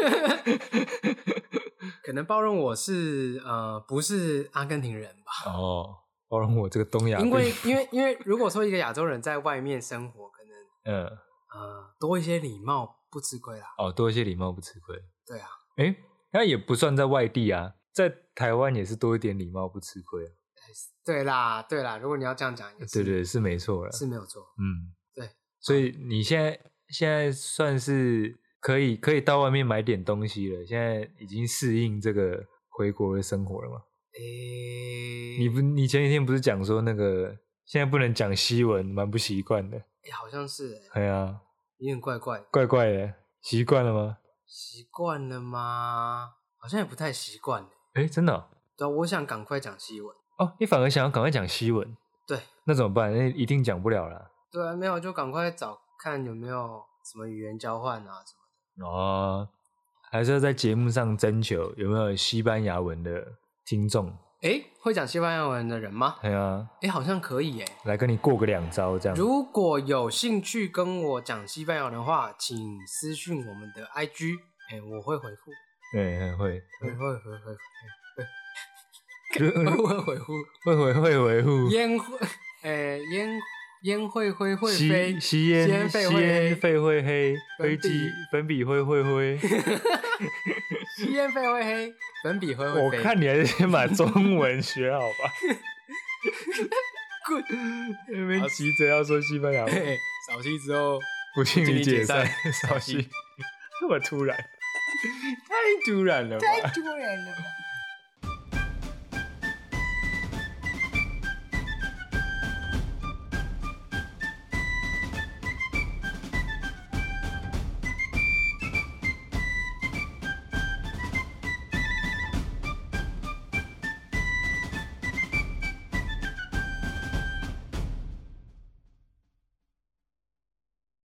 可能包容我是呃不是阿根廷人吧？ 哦，包容我这个东亚病， 因为因为因为如果说一个亚洲人在外面生活，可能嗯呃多一些礼貌不吃亏啦。 哦，多一些礼貌不吃亏。 对啊， 哎，那也不算在外地啊，在台湾也是多一点礼貌不吃亏啊。 对啦对啦，如果你要这样讲，也是对对是没错啦， 是没有错。 嗯， 对， 所以你现在现在算是可以可以到外面买点东西了，现在已经适应这个回国的生活了吗？ 诶， 你不你前几天不是讲说那个现在不能讲西文，蛮不习惯的。 诶好像是诶， 哎呀， 有点怪怪的， 怪怪的，习惯了吗？ 习惯了吗？好像也不太习惯诶。 哎，真的哦？ 对啊，我想赶快讲西文。 哦，你反而想要赶快讲西文， 对， 那怎么办？那一定讲不了啦。 对啊，没有就赶快找看有没有什么语言交换啊什么的。 哦，还是要在节目上征求有没有西班牙文的听众。 诶，会讲西班牙文的人吗？ 对啊， 诶，好像可以诶。 来跟你过个两招这样。 如果有兴趣跟我讲西班牙文的话，请私讯我们的 I G， 诶，我会回复。 对，会会会会会会会会回复。 会会会维护。 烟会，诶，烟烟会会会吸飞， 吸烟烟肺会吸烟黑， 肺会黑， 粉笔飞机粉笔会会灰。 吸烟肺会黑，粉笔会会飞。 我看你还是先把中文学好吧。 滚！ 那边急着要说西班牙文， 嘿扫息之后， 不信你解散， 扫息扫息，这么突然，太突然了吧？ 太突然了吧。